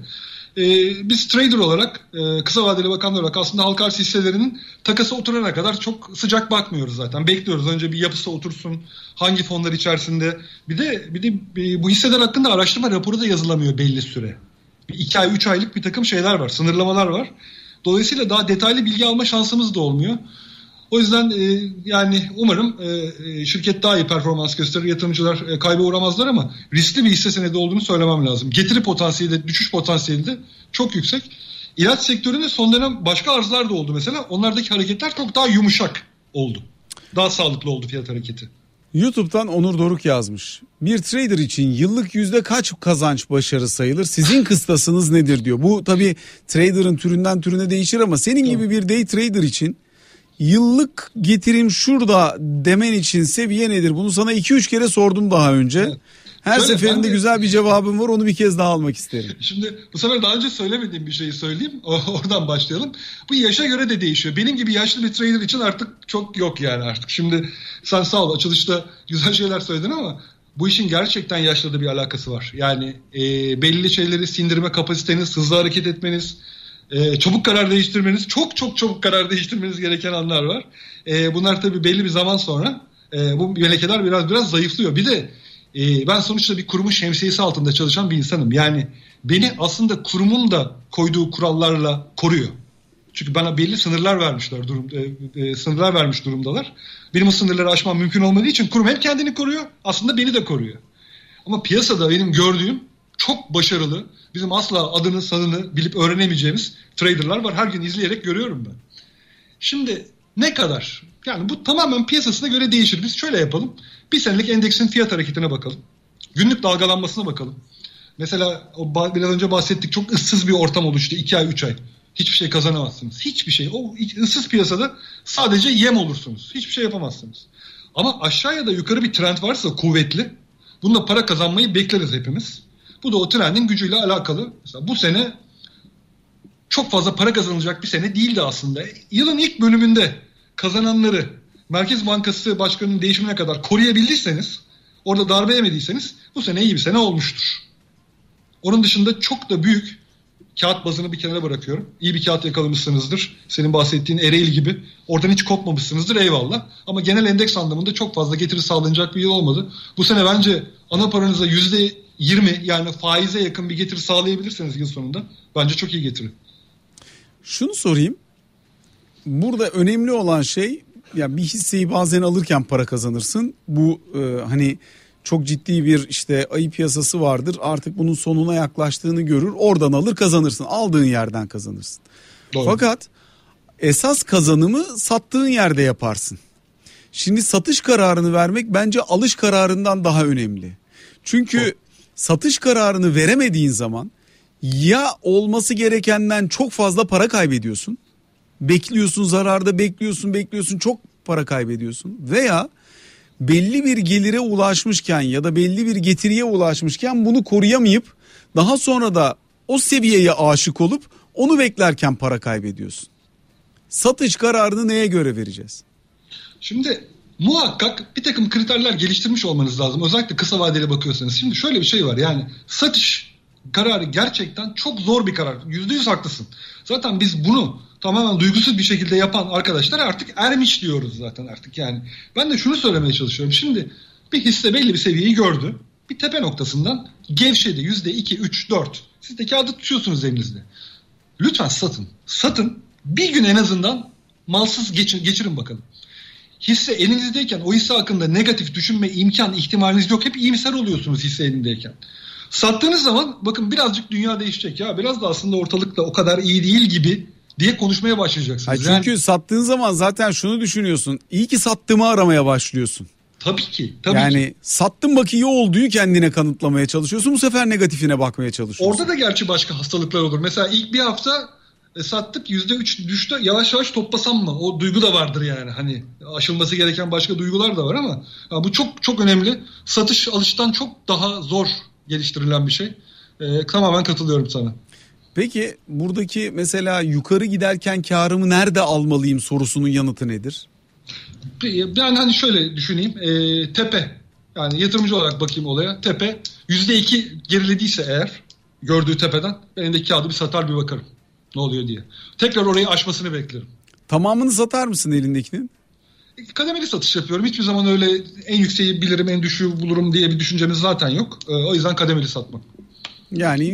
Biz trader olarak, kısa vadeli bakanlar olarak aslında halka arz hisselerinin takası oturana kadar çok sıcak bakmıyoruz zaten. Bekliyoruz. Önce bir yapısı otursun. Hangi fonlar içerisinde. Bir de bu hisseler hakkında araştırma raporu da yazılamıyor belli süre. 2 ay, 3 aylık bir takım şeyler var. Sınırlamalar var. Dolayısıyla daha detaylı bilgi alma şansımız da olmuyor. O yüzden yani umarım şirket daha iyi performans gösterir. Yatırımcılar kayba uğramazlar ama riskli bir hisse senedi olduğunu söylemem lazım. Getiri potansiyeli de, düşüş potansiyeli de çok yüksek. İlaç sektöründe son dönem başka arzlar da oldu mesela. Onlardaki hareketler çok daha yumuşak oldu. Daha sağlıklı oldu fiyat hareketi. YouTube'dan Onur Doruk yazmış. Bir trader için yıllık yüzde kaç kazanç başarı sayılır? Sizin kıstasınız nedir diyor. Bu tabii trader'ın türünden türüne değişir ama senin gibi bir day trader için yıllık getirim şurada demen için seviye nedir? Bunu sana 2-3 kere sordum daha önce. Evet. Her şöyle, seferinde güzel bir cevabım var, onu bir kez daha almak isterim. Şimdi bu sefer daha önce söylemediğim bir şeyi söyleyeyim. Oradan başlayalım. Bu yaşa göre de değişiyor. Benim gibi yaşlı bir trader için artık çok yok yani artık. Şimdi sen sağ ol, açılışta güzel şeyler söyledin ama bu işin gerçekten yaşla da bir alakası var. Yani belli şeyleri sindirme kapasiteniz, hızlı hareket etmeniz, çabuk karar değiştirmeniz, çok çabuk karar değiştirmeniz gereken anlar var. Bunlar tabii belli bir zaman sonra bu melekeler biraz zayıflıyor. Bir de ben sonuçta bir kurumun şemsiyesi altında çalışan bir insanım. Yani beni aslında kurumun da koyduğu kurallarla koruyor. Çünkü bana belli sınırlar vermiş durumdalar. Benim o sınırları aşmam mümkün olmadığı için kurum hem kendini koruyor, aslında beni de koruyor. Ama piyasada benim gördüğüm çok başarılı, bizim asla adını sanını bilip öğrenemeyeceğimiz traderlar var. Her gün izleyerek görüyorum ben. Şimdi ne kadar? Yani bu tamamen piyasasına göre değişir. Biz şöyle yapalım. Bir senelik endeksin fiyat hareketine bakalım. Günlük dalgalanmasına bakalım. Mesela biraz önce bahsettik, çok ıssız bir ortam oluştu. 2 ay 3 ay. Hiçbir şey kazanamazsınız. Hiçbir şey. O ıssız piyasada sadece yem olursunuz. Hiçbir şey yapamazsınız. Ama aşağı ya da yukarı bir trend varsa kuvvetli, bununla para kazanmayı bekleriz hepimiz. Bu da o trendin gücüyle alakalı. Mesela bu sene çok fazla para kazanılacak bir sene değildi aslında. Yılın ilk bölümünde kazananları Merkez Bankası Başkanı'nın değişimine kadar koruyabildiyseniz, orada darbe yemediyseniz bu sene iyi bir sene olmuştur. Onun dışında çok da büyük, kağıt bazını bir kenara bırakıyorum, İyi bir kağıt yakalamışsınızdır. Senin bahsettiğin Ereğli gibi. Oradan hiç kopmamışsınızdır, eyvallah. Ama genel endeks anlamında çok fazla getiri sağlanacak bir yıl olmadı. Bu sene bence ana paranıza %20, yani faize yakın bir getiri sağlayabilirseniz yıl sonunda bence çok iyi getiri. Şunu sorayım. Burada önemli olan şey, ya bir hisseyi bazen alırken para kazanırsın. Bu hani çok ciddi bir işte ayı piyasası vardır. Artık bunun sonuna yaklaştığını görür. Oradan alır kazanırsın. Aldığın yerden kazanırsın. Doğru. Fakat esas kazanımı sattığın yerde yaparsın. Şimdi satış kararını vermek bence alış kararından daha önemli. Çünkü satış kararını veremediğin zaman ya olması gerekenden çok fazla para kaybediyorsun. Bekliyorsun, zararda bekliyorsun, çok para kaybediyorsun. Veya belli bir gelire ulaşmışken ya da belli bir getiriye ulaşmışken bunu koruyamayıp daha sonra da o seviyeye aşık olup onu beklerken para kaybediyorsun. Satış kararını neye göre vereceğiz? Şimdi muhakkak bir takım kriterler geliştirmiş olmanız lazım. Özellikle kısa vadeli bakıyorsanız. Şimdi şöyle bir şey var, yani satış kararı gerçekten çok zor bir karar. %100 haklısın. Zaten biz bunu tamamen duygusuz bir şekilde yapan arkadaşlar artık ermiş diyoruz zaten artık yani. Ben de şunu söylemeye çalışıyorum. Şimdi bir hisse belli bir seviyeyi gördü. Bir tepe noktasından gevşedi. %2, 3, 4. Siz de kağıdı tutuyorsunuz elinizde. Lütfen satın. Satın. Bir gün en azından malsız geçirin bakalım. Hisse elinizdeyken o hisse hakkında negatif düşünme ihtimaliniz yok. Hep iyimser oluyorsunuz hisse elindeyken. Sattığınız zaman bakın birazcık dünya değişecek. Ya biraz da aslında ortalıkta o kadar iyi değil gibi diye konuşmaya başlayacaksınız. Çünkü yani, sattığın zaman zaten şunu düşünüyorsun. İyi ki sattığımı aramaya başlıyorsun. Tabii ki. Yani sattım bak iyi olduğu kendine kanıtlamaya çalışıyorsun. Bu sefer negatifine bakmaya çalışıyorsun. Orada da gerçi başka hastalıklar olur. Mesela ilk bir hafta sattık %3 düştü. Yavaş yavaş toplasam mı? O duygu da vardır yani. Hani aşılması gereken başka duygular da var ama bu çok çok önemli. Satış alıştan çok daha zor geliştirilen bir şey. Tamamen katılıyorum sana. Peki buradaki mesela yukarı giderken karımı nerede almalıyım sorusunun yanıtı nedir? Ben hani şöyle düşüneyim. Tepe. Yani yatırımcı olarak bakayım olaya. Tepe %2 gerilediyse eğer gördüğü tepeden elindeki kağıdı bir satar bir bakarım. Ne oluyor diye. Tekrar orayı aşmasını beklerim. Tamamını satar mısın elindekinin? Kademeli satış yapıyorum. Hiçbir zaman öyle en yükseği bilirim, en düşüğü bulurum diye bir düşüncemiz zaten yok. O yüzden kademeli satmam. Yani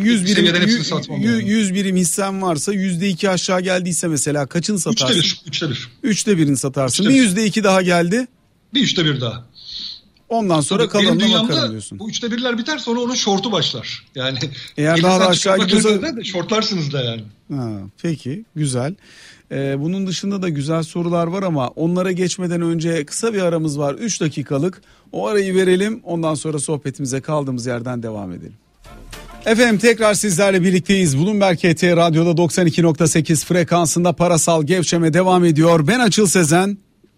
100 birim hissen varsa %2 aşağı geldiyse mesela kaçını satarsın? 3'te 1. 3'te 1'ini satarsın. Bir %2 daha geldi. Bir 3'te 1 daha. Ondan sonra kalanına bakarım diyorsun. Bu 3'te 1'ler biter sonra onun şortu başlar. Yani eğer daha da aşağı gidiyorsa şortlarsınız da yani. Peki güzel. Bunun dışında da güzel sorular var ama onlara geçmeden önce kısa bir aramız var. 3 dakikalık. O arayı verelim. Ondan sonra sohbetimize kaldığımız yerden devam edelim. Efendim tekrar sizlerle birlikteyiz. Bloomberg HT Radyo'da 92.8 frekansında parasal gevşeme devam ediyor. Ben Açıl Sezen.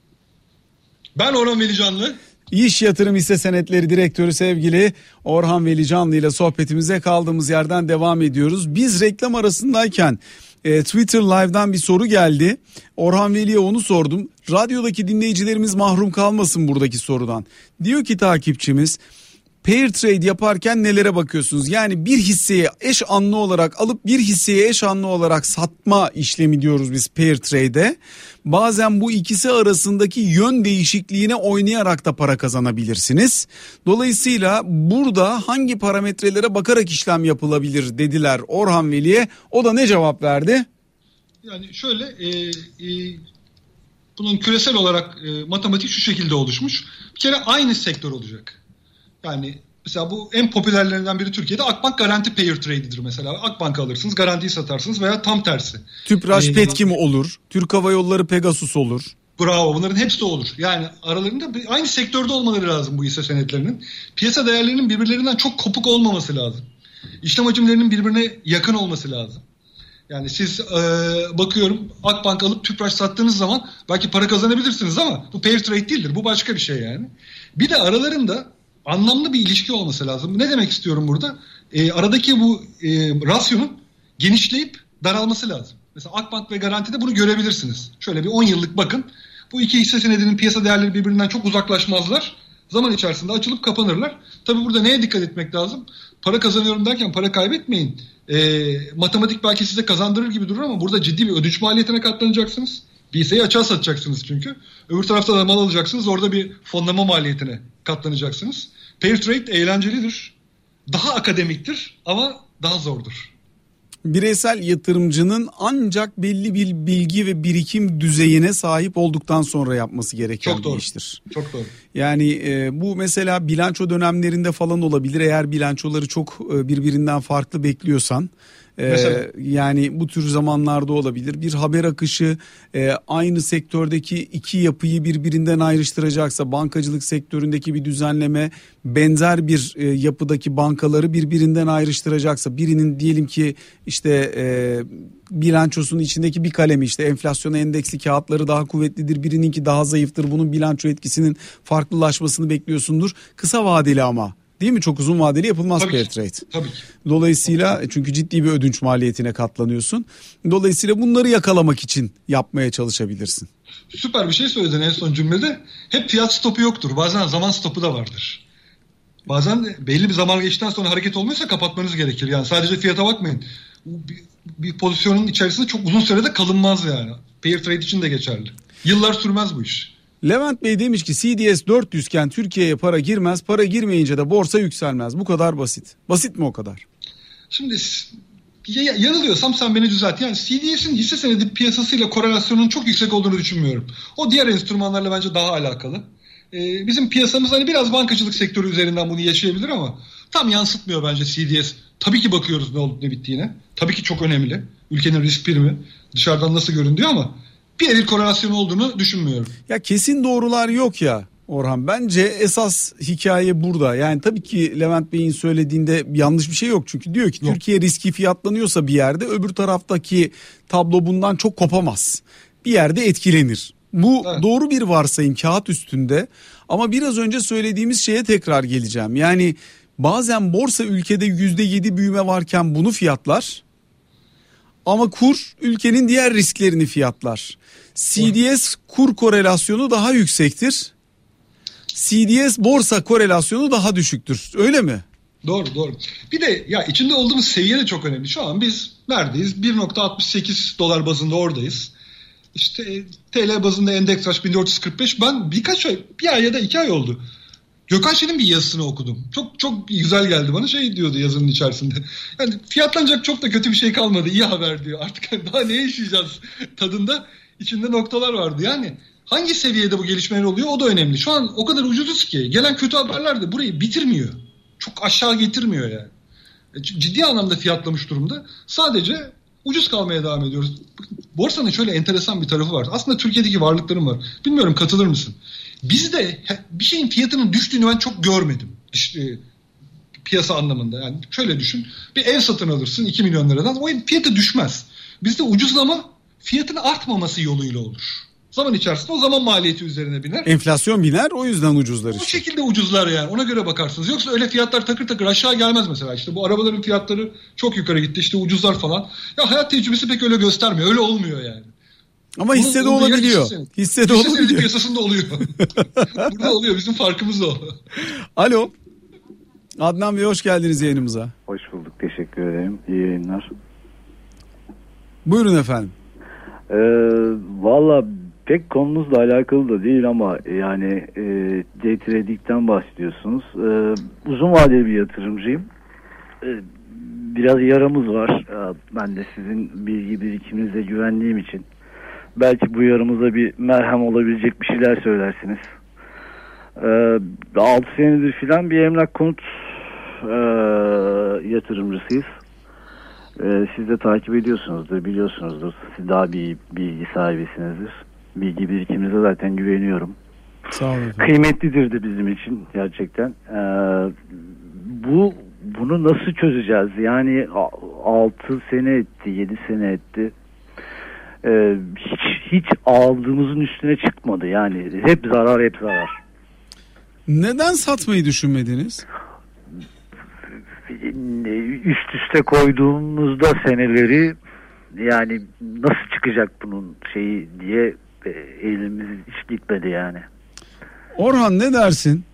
Ben Orhan Velicanlı. İş Yatırım Hisse Senetleri Direktörü sevgili Orhan Velicanlı ile sohbetimize kaldığımız yerden devam ediyoruz. Biz reklam arasındayken Twitter Live'dan bir soru geldi. Orhan Veli'ye onu sordum. Radyodaki dinleyicilerimiz mahrum kalmasın buradaki sorudan. Diyor ki takipçimiz, pair trade yaparken nelere bakıyorsunuz? Yani bir hisseye eş anlı olarak alıp bir hisseye eş anlı olarak satma işlemi diyoruz biz pair trade'e. Bazen bu ikisi arasındaki yön değişikliğine oynayarak da para kazanabilirsiniz. Dolayısıyla burada hangi parametrelere bakarak işlem yapılabilir dediler Orhan Veli'ye. O da ne cevap verdi? Yani şöyle bunun küresel olarak matematik şu şekilde oluşmuş. Bir kere aynı sektör olacak. Yani mesela bu en popülerlerinden biri Türkiye'de Akbank Garanti Pair Trade'idir mesela. Akbank'ı alırsınız, garantiyi satarsınız veya tam tersi. Tüpraş Petkim olur, Türk Hava Yolları Pegasus olur. Bravo, bunların hepsi olur. Yani aralarında aynı sektörde olmaları lazım bu hisse senetlerinin. Piyasa değerlerinin birbirlerinden çok kopuk olmaması lazım. İşlem hacimlerinin birbirine yakın olması lazım. Yani siz bakıyorum Akbank alıp Tüpraş sattığınız zaman belki para kazanabilirsiniz ama bu pair trade değildir. Bu başka bir şey yani. Bir de aralarında anlamlı bir ilişki olması lazım. Ne demek istiyorum burada? Aradaki bu rasyonun genişleyip daralması lazım. Mesela Akbank ve Garanti'de bunu görebilirsiniz. Şöyle bir 10 yıllık bakın. Bu iki hisse senedinin piyasa değerleri birbirinden çok uzaklaşmazlar. Zaman içerisinde açılıp kapanırlar. Tabii burada neye dikkat etmek lazım? Para kazanıyorum derken para kaybetmeyin. Matematik belki size kazandırır gibi durur ama burada ciddi bir ödünç maliyetine katlanacaksınız. Bir hisseyi açığa satacaksınız çünkü. Öbür tarafta da mal alacaksınız. Orada bir fonlama maliyetine katlanacaksınız. Pair trade eğlencelidir. Daha akademiktir ama daha zordur. Bireysel yatırımcının ancak belli bir bilgi ve birikim düzeyine sahip olduktan sonra yapması gereken bir iştir. Çok doğru. Yani bu mesela bilanço dönemlerinde falan olabilir. Eğer bilançoları çok birbirinden farklı bekliyorsan. Yani bu tür zamanlarda olabilir. Bir haber akışı aynı sektördeki iki yapıyı birbirinden ayrıştıracaksa, bankacılık sektöründeki bir düzenleme benzer bir yapıdaki bankaları birbirinden ayrıştıracaksa, birinin diyelim ki işte bilançosunun içindeki bir kalemi, işte enflasyona endeksli kağıtları daha kuvvetlidir, birininki daha zayıftır, bunun bilanço etkisinin farklılaşmasını bekliyorsundur. Kısa vadeli ama. Değil mi? Çok uzun vadeli yapılmaz pair trade. Tabii ki. Dolayısıyla çünkü ciddi bir ödünç maliyetine katlanıyorsun. Dolayısıyla bunları yakalamak için yapmaya çalışabilirsin. Süper bir şey söyledin en son cümlede. Hep fiyat stopu yoktur. Bazen zaman stopu da vardır. Bazen belli bir zaman geçtikten sonra hareket olmuyorsa kapatmanız gerekir. Yani sadece fiyata bakmayın. Bir pozisyonun içerisinde çok uzun sürede kalınmaz yani. Pair trade için de geçerli. Yıllar sürmez bu iş. Levent Bey demiş ki CDS 400 iken Türkiye'ye para girmez, para girmeyince de borsa yükselmez. Bu kadar basit. Basit mi o kadar? Şimdi yanılıyorsam sen beni düzelt. Yani CDS'in hisse senedi piyasasıyla korelasyonunun çok yüksek olduğunu düşünmüyorum. O diğer enstrümanlarla bence daha alakalı. Bizim piyasamız hani biraz bankacılık sektörü üzerinden bunu yaşayabilir ama tam yansıtmıyor bence CDS. Tabii ki bakıyoruz ne olup ne bittiğine. Tabii ki çok önemli. Ülkenin risk primi dışarıdan nasıl göründüğü ama birebir korelasyon olduğunu düşünmüyorum. Ya kesin doğrular yok ya Orhan. Bence esas hikaye burada. Yani tabii ki Levent Bey'in söylediğinde yanlış bir şey yok. Çünkü diyor ki Türkiye riski fiyatlanıyorsa bir yerde öbür taraftaki tablo bundan çok kopamaz. Bir yerde etkilenir. Bu doğru bir varsayım kağıt üstünde. Ama biraz önce söylediğimiz şeye tekrar geleceğim. Yani bazen borsa ülkede %7 büyüme varken bunu fiyatlar. Ama kur ülkenin diğer risklerini fiyatlar. CDS kur korelasyonu daha yüksektir. CDS borsa korelasyonu daha düşüktür. Öyle mi? Doğru. Bir de ya içinde olduğumuz seviye de çok önemli. Şu an biz neredeyiz? 1.68 dolar bazında oradayız. İşte TL bazında endeks 1445. Ben bir ay ya da 2 ay oldu. Gökhan Şen'in bir yazısını okudum. Çok güzel geldi bana. Şey diyordu yazının içerisinde. Yani fiyatlanacak çok da kötü bir şey kalmadı. İyi haber diyor. Artık daha ne yaşayacağız tadında içinde noktalar vardı. Yani hangi seviyede bu gelişmeler oluyor o da önemli. Şu an o kadar ucuzuz ki gelen kötü haberler de burayı bitirmiyor. Çok aşağı getirmiyor yani. Ciddi anlamda fiyatlamış durumda. Sadece ucuz kalmaya devam ediyoruz. Borsanın şöyle enteresan bir tarafı var. Aslında Türkiye'deki varlıklarım var. Bilmiyorum katılır mısın? Bizde bir şeyin fiyatının düştüğünü ben çok görmedim. Piyasa anlamında. Yani şöyle düşün. Bir ev satın alırsın 2 milyon liradan. O fiyatı düşmez. Bizde ucuzlama fiyatının artmaması yoluyla olur. Zaman içerisinde o zaman maliyeti üzerine biner. Enflasyon biner, o yüzden ucuzlar işte. O şekilde ucuzlar yani. Ona göre bakarsınız. Yoksa öyle fiyatlar takır takır aşağı gelmez mesela. İşte bu arabaların fiyatları çok yukarı gitti. İşte ucuzlar falan. Ya hayat tecrübesi pek öyle göstermiyor. Öyle olmuyor yani. Ama hisse de olabiliyor. Hisse de olabiliyor. Hisse piyasasında oluyor. Burada oluyor. Bizim farkımız da o. Alo. Adnan Bey hoş geldiniz yayınımıza. Hoş bulduk. Teşekkür ederim. İyi yayınlar. Buyurun efendim. Valla pek konumuzla alakalı da değil ama yani day trading'den bahsediyorsunuz. Uzun vadeli bir yatırımcıyım. Biraz yaramız var. Ben de sizin bilgi birikiminize güvendiğim için. Belki bu yaramıza bir merhem olabilecek bir şeyler söylersiniz. 6 senedir filan bir emlak konut yatırımcısıyız. Siz de takip ediyorsunuzdur, biliyorsunuzdur. Siz daha bir bilgi sahibisinizdir. Bilgi birikiminize zaten güveniyorum. Sağ olun efendim. Kıymetlidir de bizim için gerçekten. Bunu nasıl çözeceğiz? Yani 6 sene etti, 7 sene etti. Hiç aldığımızın üstüne çıkmadı. Yani hep zarar. Neden satmayı düşünmediniz? Üst üste koyduğumuzda seneleri yani nasıl çıkacak bunun şeyi diye elimiz hiç gitmedi yani. Orhan ne dersin?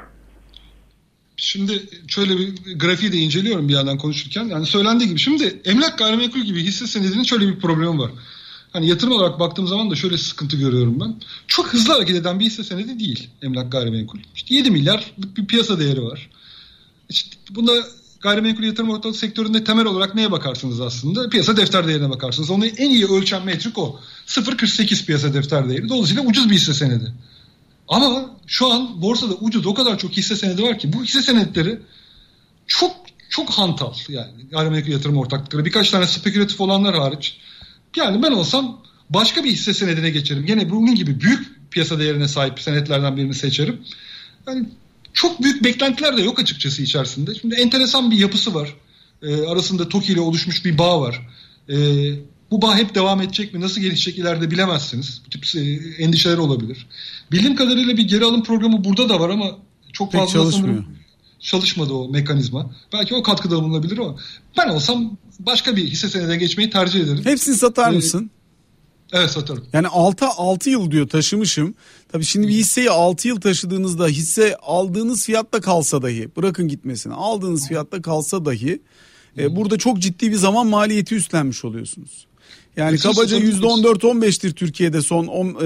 Şimdi şöyle bir grafiği de inceliyorum bir yandan konuşurken. Yani söylendiği gibi şimdi emlak gayrimenkul gibi hisse senedinin şöyle bir problemi var. Hani yatırım olarak baktığım zaman da şöyle sıkıntı görüyorum ben. Çok hızlı hareket eden bir hisse senedi değil emlak gayrimenkul. İşte 7 milyarlık bir piyasa değeri var. İşte bunda gayrimenkul yatırım ortaklığı sektöründe temel olarak neye bakarsınız aslında? Piyasa defter değerine bakarsınız. Onu en iyi ölçen metrik o. 0.48 piyasa defter değeri. Dolayısıyla ucuz bir hisse senedi. Ama şu an borsada ucuz o kadar çok hisse senedi var ki bu hisse senetleri çok hantal. Yani gayrimenkul yatırım ortaklıkları birkaç tane spekülatif olanlar hariç. Yani ben olsam başka bir hisse senedine geçerim. Gene bunun gibi büyük piyasa değerine sahip senetlerden birini seçerim. Yani çok büyük beklentiler de yok açıkçası içerisinde. Şimdi enteresan bir yapısı var. Arasında TOKİ ile oluşmuş bir bağ var. Bu bağ hep devam edecek mi? Nasıl gelişecek ileride bilemezsiniz. Bu tip endişeler olabilir. Bildiğim kadarıyla bir geri alım programı burada da var ama çok fazla çalışmıyor. Çalışmadı o mekanizma. Belki o katkıda bulunabilir ama ben olsam başka bir hisse senedine geçmeyi tercih ederim. Hepsini satar mısın? Evet, satarım. Yani 6 yıl diyor taşımışım. Tabii şimdi bir hisseyi 6 yıl taşıdığınızda hisse aldığınız fiyatta kalsa dahi, bırakın gitmesini, aldığınız fiyatta kalsa dahi burada çok ciddi bir zaman maliyeti üstlenmiş oluyorsunuz. Yani kabaca %14-15'tir Türkiye'de son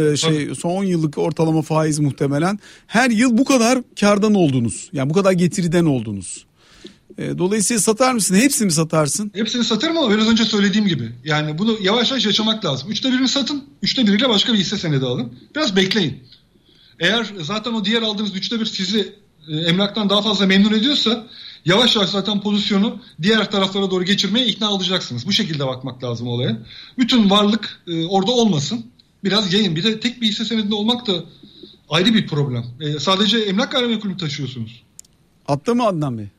10 yıllık ortalama faiz muhtemelen. Her yıl bu kadar kardan oldunuz. Yani bu kadar getiriden oldunuz. Dolayısıyla satar mısın? Hepsini mi satarsın? Hepsini satarım ama biraz önce söylediğim gibi. Yani bunu yavaş yavaş yaşamak lazım. 1/3'ünü satın, 1/3'üyle başka bir hisse senedi alın. Biraz bekleyin. Eğer zaten o diğer aldığınız 1/3 sizi emlaktan daha fazla memnun ediyorsa yavaş yavaş zaten pozisyonu diğer taraflara doğru geçirmeye ikna olacaksınız. Bu şekilde bakmak lazım olaya. Bütün varlık orada olmasın. Biraz yayın. Bir de tek bir hisse senedinde olmak da ayrı bir problem. Sadece emlak gayrimenkul mü taşıyorsunuz? Attı mı Adnan Bey?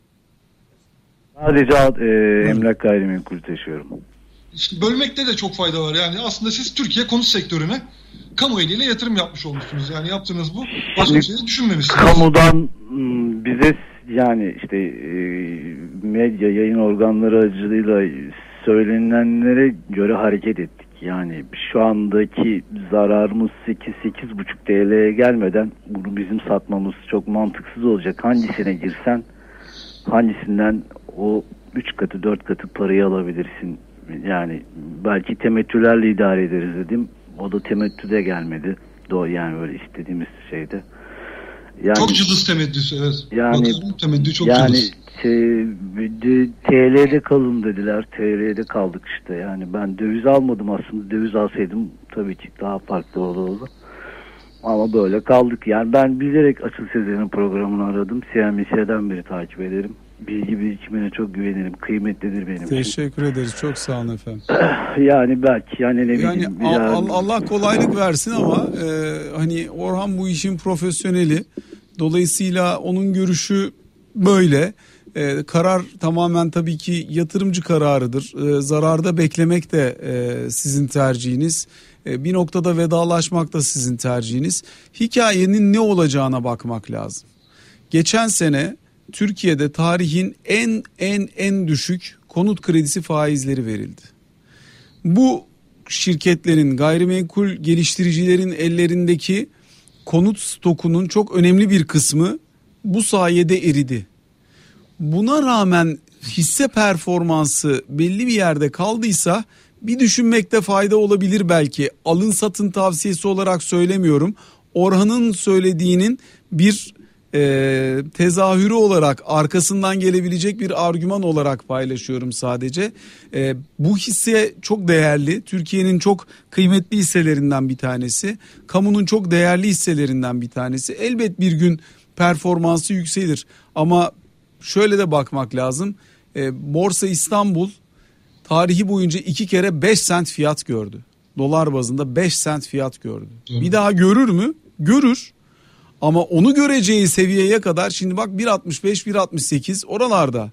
Sadece emlak gayrimenkul taşıyorum. İşte bölmekte de çok fayda var. Yani aslında siz Türkiye konut sektörüne kamu eliyle yatırım yapmış olmuşsunuz. Yani yaptığınız bu. Başka bir şey düşünmemişsiniz. Kamudan bize yani işte medya, yayın organları aracılığıyla söylenilenlere göre hareket ettik. Yani şu andaki zararımız 8-8,5 TL'ye gelmeden bunu bizim satmamız çok mantıksız olacak. Hangisine girsen hangisinden o 3 katı 4 katı parayı alabilirsin. Yani belki temettülerle idare ederiz dedim. O da temettüde gelmedi. Yani öyle istediğimiz şeyde. Yani, çok cılız temettüsü, evet. Yani, temettü çok yani cılız. TL'de kalın dediler. TL'de kaldık işte. Yani ben döviz almadım aslında. Döviz alsaydım tabii ki daha farklı olurdu. Ama böyle kaldık. Yani ben bilerek Açıl Sezer'in programını aradım. CNBC'den beri takip ederim. Bilgi birikimine çok güvenirim. Kıymetlidir benim için. Teşekkür ederiz. Çok sağ olun efendim. Yani belki yani ne bileyim. Yani Allah kolaylık versin ama hani Orhan bu işin profesyoneli. Dolayısıyla onun görüşü böyle. Karar tamamen tabii ki yatırımcı kararıdır. Zararda beklemek de sizin tercihiniz. Bir noktada vedalaşmak da sizin tercihiniz. Hikayenin ne olacağına bakmak lazım. Geçen sene Türkiye'de tarihin en düşük konut kredisi faizleri verildi. Bu şirketlerin, gayrimenkul geliştiricilerin ellerindeki konut stokunun çok önemli bir kısmı bu sayede eridi. Buna rağmen hisse performansı belli bir yerde kaldıysa bir düşünmekte fayda olabilir belki. Alın satın tavsiyesi olarak söylemiyorum. Orhan'ın söylediğinin bir tezahürü olarak arkasından gelebilecek bir argüman olarak paylaşıyorum sadece. Bu hisse çok değerli. Türkiye'nin çok kıymetli hisselerinden bir tanesi. Kamunun çok değerli hisselerinden bir tanesi. Elbet bir gün performansı yükselir. Ama şöyle de bakmak lazım. Borsa İstanbul tarihi boyunca 2 kere 5 sent fiyat gördü. Dolar bazında 5 sent fiyat gördü. Bir daha görür mü? Görür. Ama onu göreceği seviyeye kadar şimdi bak 1.65 1.68 oralarda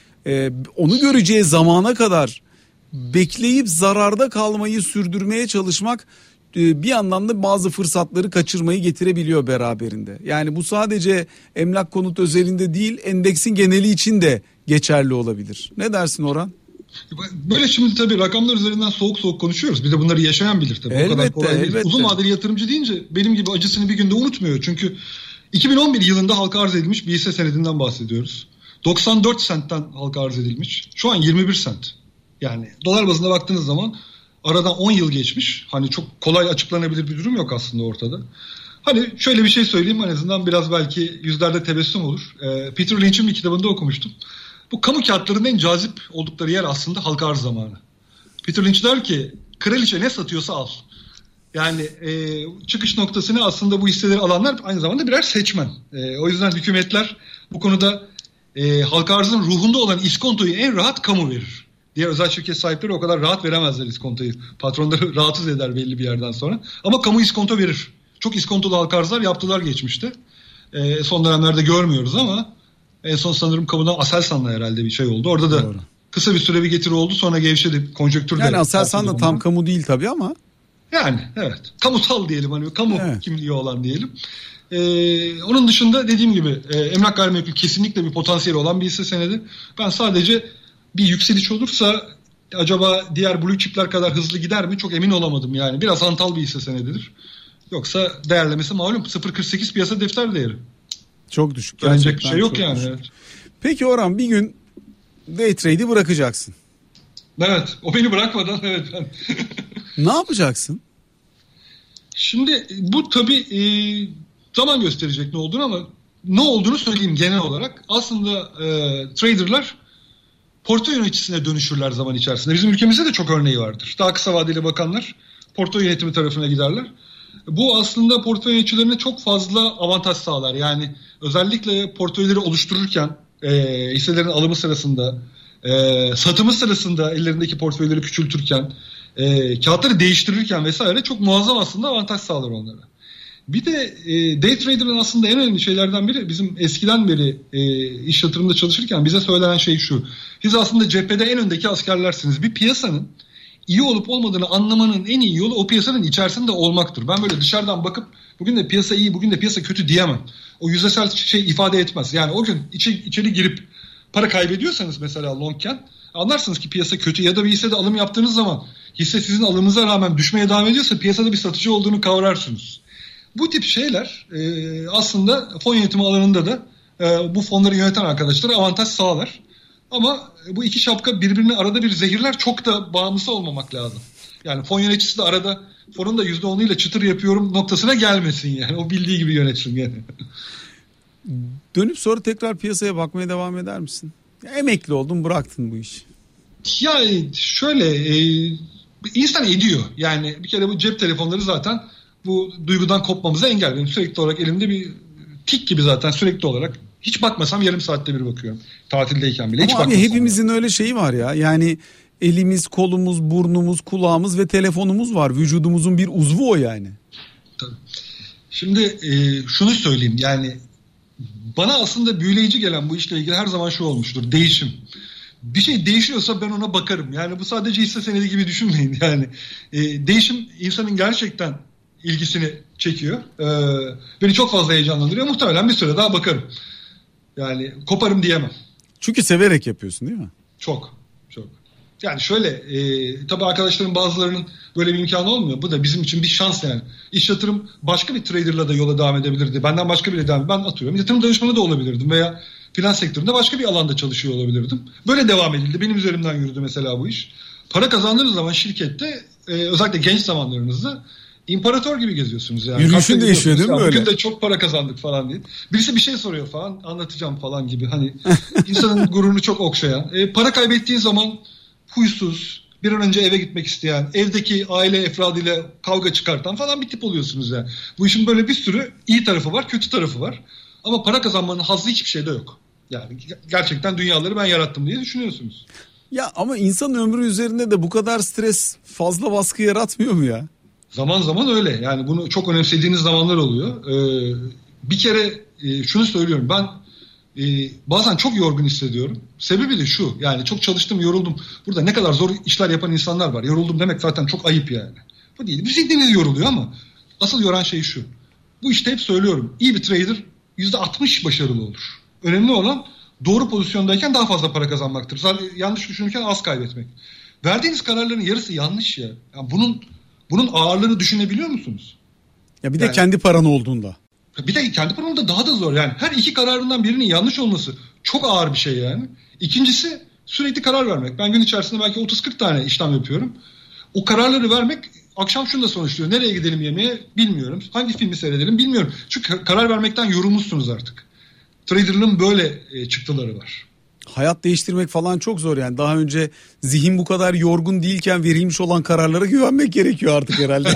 onu göreceği zamana kadar bekleyip zararda kalmayı sürdürmeye çalışmak bir yandan da bazı fırsatları kaçırmayı getirebiliyor beraberinde. Yani bu sadece emlak konut özelinde değil endeksin geneli için de geçerli olabilir. Ne dersin Orhan? Böyle şimdi tabii rakamlar üzerinden soğuk soğuk konuşuyoruz. Bir de bunları yaşayan bilir tabii. Elbette, o kadar kolay değil. elbette. Uzun vadeli yatırımcı deyince benim gibi acısını bir günde unutmuyor. Çünkü 2011 yılında halka arz edilmiş bir hisse senedinden bahsediyoruz. 94 sentten halka arz edilmiş. Şu an 21 sent. Yani dolar bazında baktığınız zaman aradan 10 yıl geçmiş. Hani çok kolay açıklanabilir bir durum yok aslında ortada. Hani şöyle bir şey söyleyeyim, en azından biraz belki yüzlerde tebessüm olur. Peter Lynch'in bir kitabında okumuştum. Bu kamu kağıtlarının en cazip oldukları yer aslında halka arz zamanı. Peter Lynch der ki kraliçe ne satıyorsa al. Yani çıkış noktasını aslında bu hisseleri alanlar aynı zamanda birer seçmen. O yüzden hükümetler bu konuda halka arzın ruhunda olan iskontoyu en rahat kamu verir. Diğer özel şirket sahipleri o kadar rahat veremezler iskontoyu. Patronları rahatsız eder belli bir yerden sonra. Ama kamu iskonto verir. Çok iskontolu halka arzlar yaptılar geçmişte. Son dönemlerde görmüyoruz ama en son sanırım kamudan Aselsan'la herhalde bir şey oldu. Orada da doğru, kısa bir süre bir getiri oldu, sonra gevşedi konjonktürde. Yani Aselsan da tam kamu değil tabii ama. Yani evet, kamusal diyelim, hani kamu kimliği olan diyelim. Onun dışında dediğim gibi emlak gayrimenkul kesinlikle bir potansiyeli olan bir hisse senedi. Ben sadece bir yükseliş olursa acaba diğer blue chipler kadar hızlı gider mi çok emin olamadım yani. Biraz hantal bir hisse senedidir. Yoksa değerlemesi malum 0.48 piyasa defter değeri. Çok düşük. Gelecek bir şey yok yani. Evet. Peki Orhan, bir gün day trade'i bırakacaksın. Evet, o beni bırakmadan evet ben. Ne yapacaksın? Şimdi bu tabii zaman gösterecek ne olduğunu, ama ne olduğunu söyleyeyim genel olarak. Aslında traderlar portföy yöneticisine dönüşürler zaman içerisinde. Bizim ülkemizde de çok örneği vardır. Daha kısa vadeli bakanlar portföy yönetimi tarafına giderler. Bu aslında portföy yöneticilerine çok fazla avantaj sağlar. Yani özellikle portföyleri oluştururken hisselerin alımı sırasında, satımı sırasında ellerindeki portföyleri küçültürken, kağıtları değiştirirken vesaire çok muazzam aslında avantaj sağlar onlara. Bir de day trader'ın aslında en önemli şeylerden biri, bizim eskiden beri iş yatırımında çalışırken bize söylenen şey şu: siz aslında cephede en öndeki askerlersiniz. Bir piyasanın iyi olup olmadığını anlamanın en iyi yolu o piyasanın içerisinde olmaktır. Ben böyle dışarıdan bakıp bugün de piyasa iyi, bugün de piyasa kötü diyemem. O yüzdesel şey ifade etmez. Yani o gün içeri girip para kaybediyorsanız mesela longken, anlarsınız ki piyasa kötü, ya da bir hissede alım yaptığınız zaman hisse sizin alımınıza rağmen düşmeye devam ediyorsa piyasada bir satıcı olduğunu kavrarsınız. Bu tip şeyler aslında fon yönetimi alanında da bu fonları yöneten arkadaşlara avantaj sağlar. Ama bu iki şapka birbirini arada bir zehirler, çok da bağımlısı olmamak lazım. Yani fon yöneticisi de arada fonun da %10'uyla çıtır yapıyorum noktasına gelmesin yani. O bildiği gibi yönetsin yani. Dönüp sonra tekrar piyasaya bakmaya devam eder misin? Ya, emekli oldun, bıraktın bu işi. Ya şöyle insan ediyor. Yani bir kere bu cep telefonları zaten bu duygudan kopmamıza engel. Benim sürekli olarak elimde bir tik gibi zaten sürekli olarak. Hiç bakmasam yarım saatte bir bakıyorum. Tatildeyken bile. Ama abi hepimizin öyle şeyi var ya. Yani elimiz, kolumuz, burnumuz, kulağımız ve telefonumuz var. Vücudumuzun bir uzvu o yani. Tabii. Şimdi şunu söyleyeyim. Yani bana aslında büyüleyici gelen bu işle ilgili her zaman şu olmuştur: değişim. Bir şey değişiyorsa ben ona bakarım. Yani bu sadece hisse senedi gibi düşünmeyin. Yani değişim insanın gerçekten ilgisini çekiyor. Beni çok fazla heyecanlandırıyor. Muhtemelen bir süre daha bakarım. Yani koparım diyemem. Çünkü severek yapıyorsun değil mi? Çok. Yani şöyle tabii arkadaşların bazılarının böyle bir imkanı olmuyor. Bu da bizim için bir şans yani. İş yatırım başka bir traderla da yola devam edebilirdi. Benden başka biri devam. Ben atıyorum yatırım danışmanı da olabilirdim veya finans sektöründe başka bir alanda çalışıyor olabilirdim. Böyle devam edildi. Benim üzerimden yürüdü mesela bu iş. Para kazandığınız zaman şirkette özellikle genç zamanlarınızda İmparator gibi geziyorsunuz yani. Yürüyüşün değişiyor değil mi böyle? Bugün de çok para kazandık falan diye. Birisi bir şey soruyor falan, anlatacağım falan gibi. Hani insanın gururunu çok okşayan. Para kaybettiğin zaman huysuz, bir an önce eve gitmek isteyen, evdeki aile efradıyla kavga çıkartan falan bir tip oluyorsunuz yani. Bu işin böyle bir sürü iyi tarafı var, kötü tarafı var. Ama para kazanmanın hazzı hiçbir şeyde yok. Yani gerçekten dünyaları ben yarattım diye düşünüyorsunuz. Ya ama insan ömrü üzerinde de bu kadar stres fazla baskı yaratmıyor mu ya? Zaman zaman öyle. Yani bunu çok önemsediğiniz zamanlar oluyor. Bir kere şunu söylüyorum. Ben bazen çok yorgun hissediyorum. Sebebi de şu. Yani çok çalıştım, yoruldum. Burada ne kadar zor işler yapan insanlar var. Yoruldum demek zaten çok ayıp yani. Bu değil. Zihnimiz yoruluyor ama asıl yoran şey şu: bu işte hep söylüyorum: İyi bir trader %60 başarılı olur. Önemli olan doğru pozisyondayken daha fazla para kazanmaktır. Zaten yanlış düşünürken az kaybetmek. Verdiğiniz kararların yarısı yanlış ya. Yani bunun ağırlığını düşünebiliyor musunuz? Ya bir de kendi paran olduğunda. Bir de kendi paranında daha da zor. Yani her iki kararından birinin yanlış olması çok ağır bir şey yani. İkincisi sürekli karar vermek. Ben gün içerisinde belki 30-40 tane işlem yapıyorum. O kararları vermek akşam şunu da sonuçluyor. Nereye gidelim yemeğe bilmiyorum. Hangi filmi seyredelim bilmiyorum. Çünkü karar vermekten yorulmuşsunuz artık. Trader'ın böyle çıktıları var. Hayat değiştirmek falan çok zor yani. Daha önce zihin bu kadar yorgun değilken verilmiş olan kararlara güvenmek gerekiyor artık herhalde.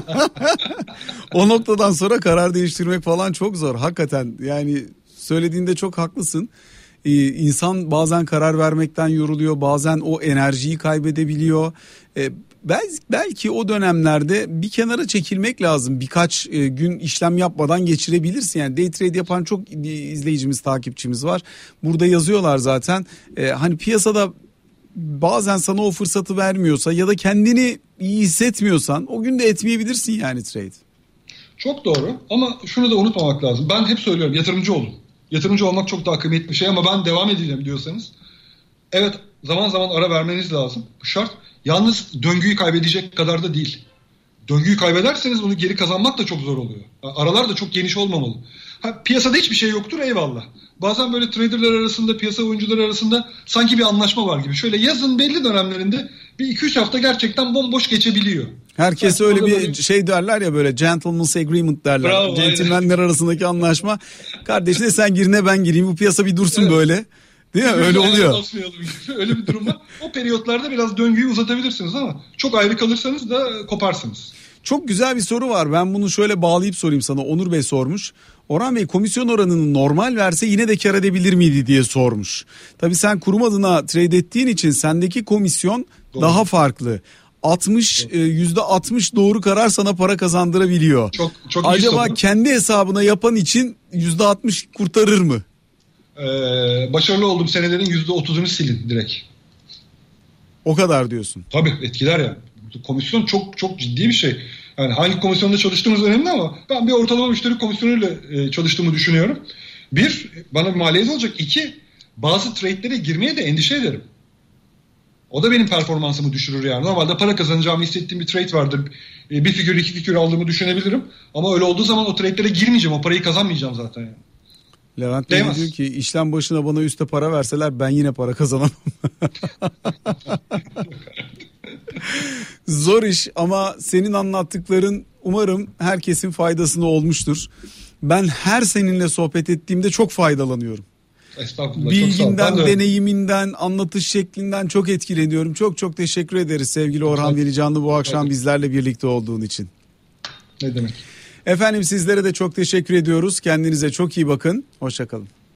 O noktadan sonra karar değiştirmek falan çok zor. Hakikaten yani söylediğinde çok haklısın. İnsan bazen karar vermekten yoruluyor, bazen o enerjiyi kaybedebiliyor. Belki o dönemlerde bir kenara çekilmek lazım. Birkaç gün işlem yapmadan geçirebilirsin. Yani day trade yapan çok izleyicimiz, takipçimiz var. Burada yazıyorlar zaten. Hani piyasada bazen sana o fırsatı vermiyorsa ya da kendini iyi hissetmiyorsan o gün de etmeyebilirsin yani trade. Çok doğru ama şunu da unutmamak lazım. Ben hep söylüyorum, yatırımcı olun. Yatırımcı olmak çok daha kıymetli bir şey ama ben devam edeceğim diyorsanız evet, zaman zaman ara vermeniz lazım. Bu şart. Yalnız döngüyü kaybedecek kadar da değil. Döngüyü kaybederseniz onu geri kazanmak da çok zor oluyor. Aralar da çok geniş olmamalı. Piyasada hiçbir şey yoktur, eyvallah. Bazen böyle traderlar arasında, piyasa oyuncuları arasında sanki bir anlaşma var gibi. Şöyle yazın belli dönemlerinde bir 2-3 hafta gerçekten bomboş geçebiliyor. Herkes öyle bir şey derler ya, böyle gentleman's agreement derler. Bravo, Gentlemanler arasındaki anlaşma. Kardeşine sen girine ben gireyim, bu piyasa bir dursun böyle. Değil mi? Öyle oluyor. Öyle bir durum var. O periyotlarda biraz döngüyü uzatabilirsiniz ama çok ayrı kalırsanız da koparsınız. Çok güzel bir soru var. Ben bunu şöyle bağlayıp sorayım sana. Onur Bey sormuş. Orhan Bey, komisyon oranını normal verse yine de kar edebilir miydi diye sormuş. Tabii sen kurum adına trade ettiğin için sendeki komisyon daha farklı. %60 doğru karar sana para kazandırabiliyor. Çok Acaba kendi hesabına yapan için %60 kurtarır mı? Başarılı olduğum senelerin %30'unu silin direkt. O kadar diyorsun. Tabii etkiler yani. Komisyon çok çok ciddi bir şey. Yani hangi komisyonda çalıştığımız önemli ama ben bir ortalama müşteri komisyonuyla çalıştığımı düşünüyorum. Bir, bana bir maliyet olacak. İki, bazı trade'lere girmeye de endişe ederim. O da benim performansımı düşürür yani. Normalde para kazanacağımı hissettiğim bir trade vardır. Bir figür, iki figür aldığımı düşünebilirim. Ama öyle olduğu zaman o trade'lere girmeyeceğim. O parayı kazanmayacağım zaten yani. Levent Bey diyor ki işlem başına bana üstte para verseler ben yine para kazanamam. Zor iş ama senin anlattıkların umarım herkesin faydasına olmuştur. Ben her seninle sohbet ettiğimde çok faydalanıyorum. Estağfurullah. Bilginden, deneyiminden, anlatış şeklinden çok etkileniyorum. Çok çok teşekkür ederiz sevgili Orhan Velicanlı bu akşam bizlerle birlikte olduğun için. Ne demek? Efendim sizlere de çok teşekkür ediyoruz. Kendinize çok iyi bakın. Hoşça kalın.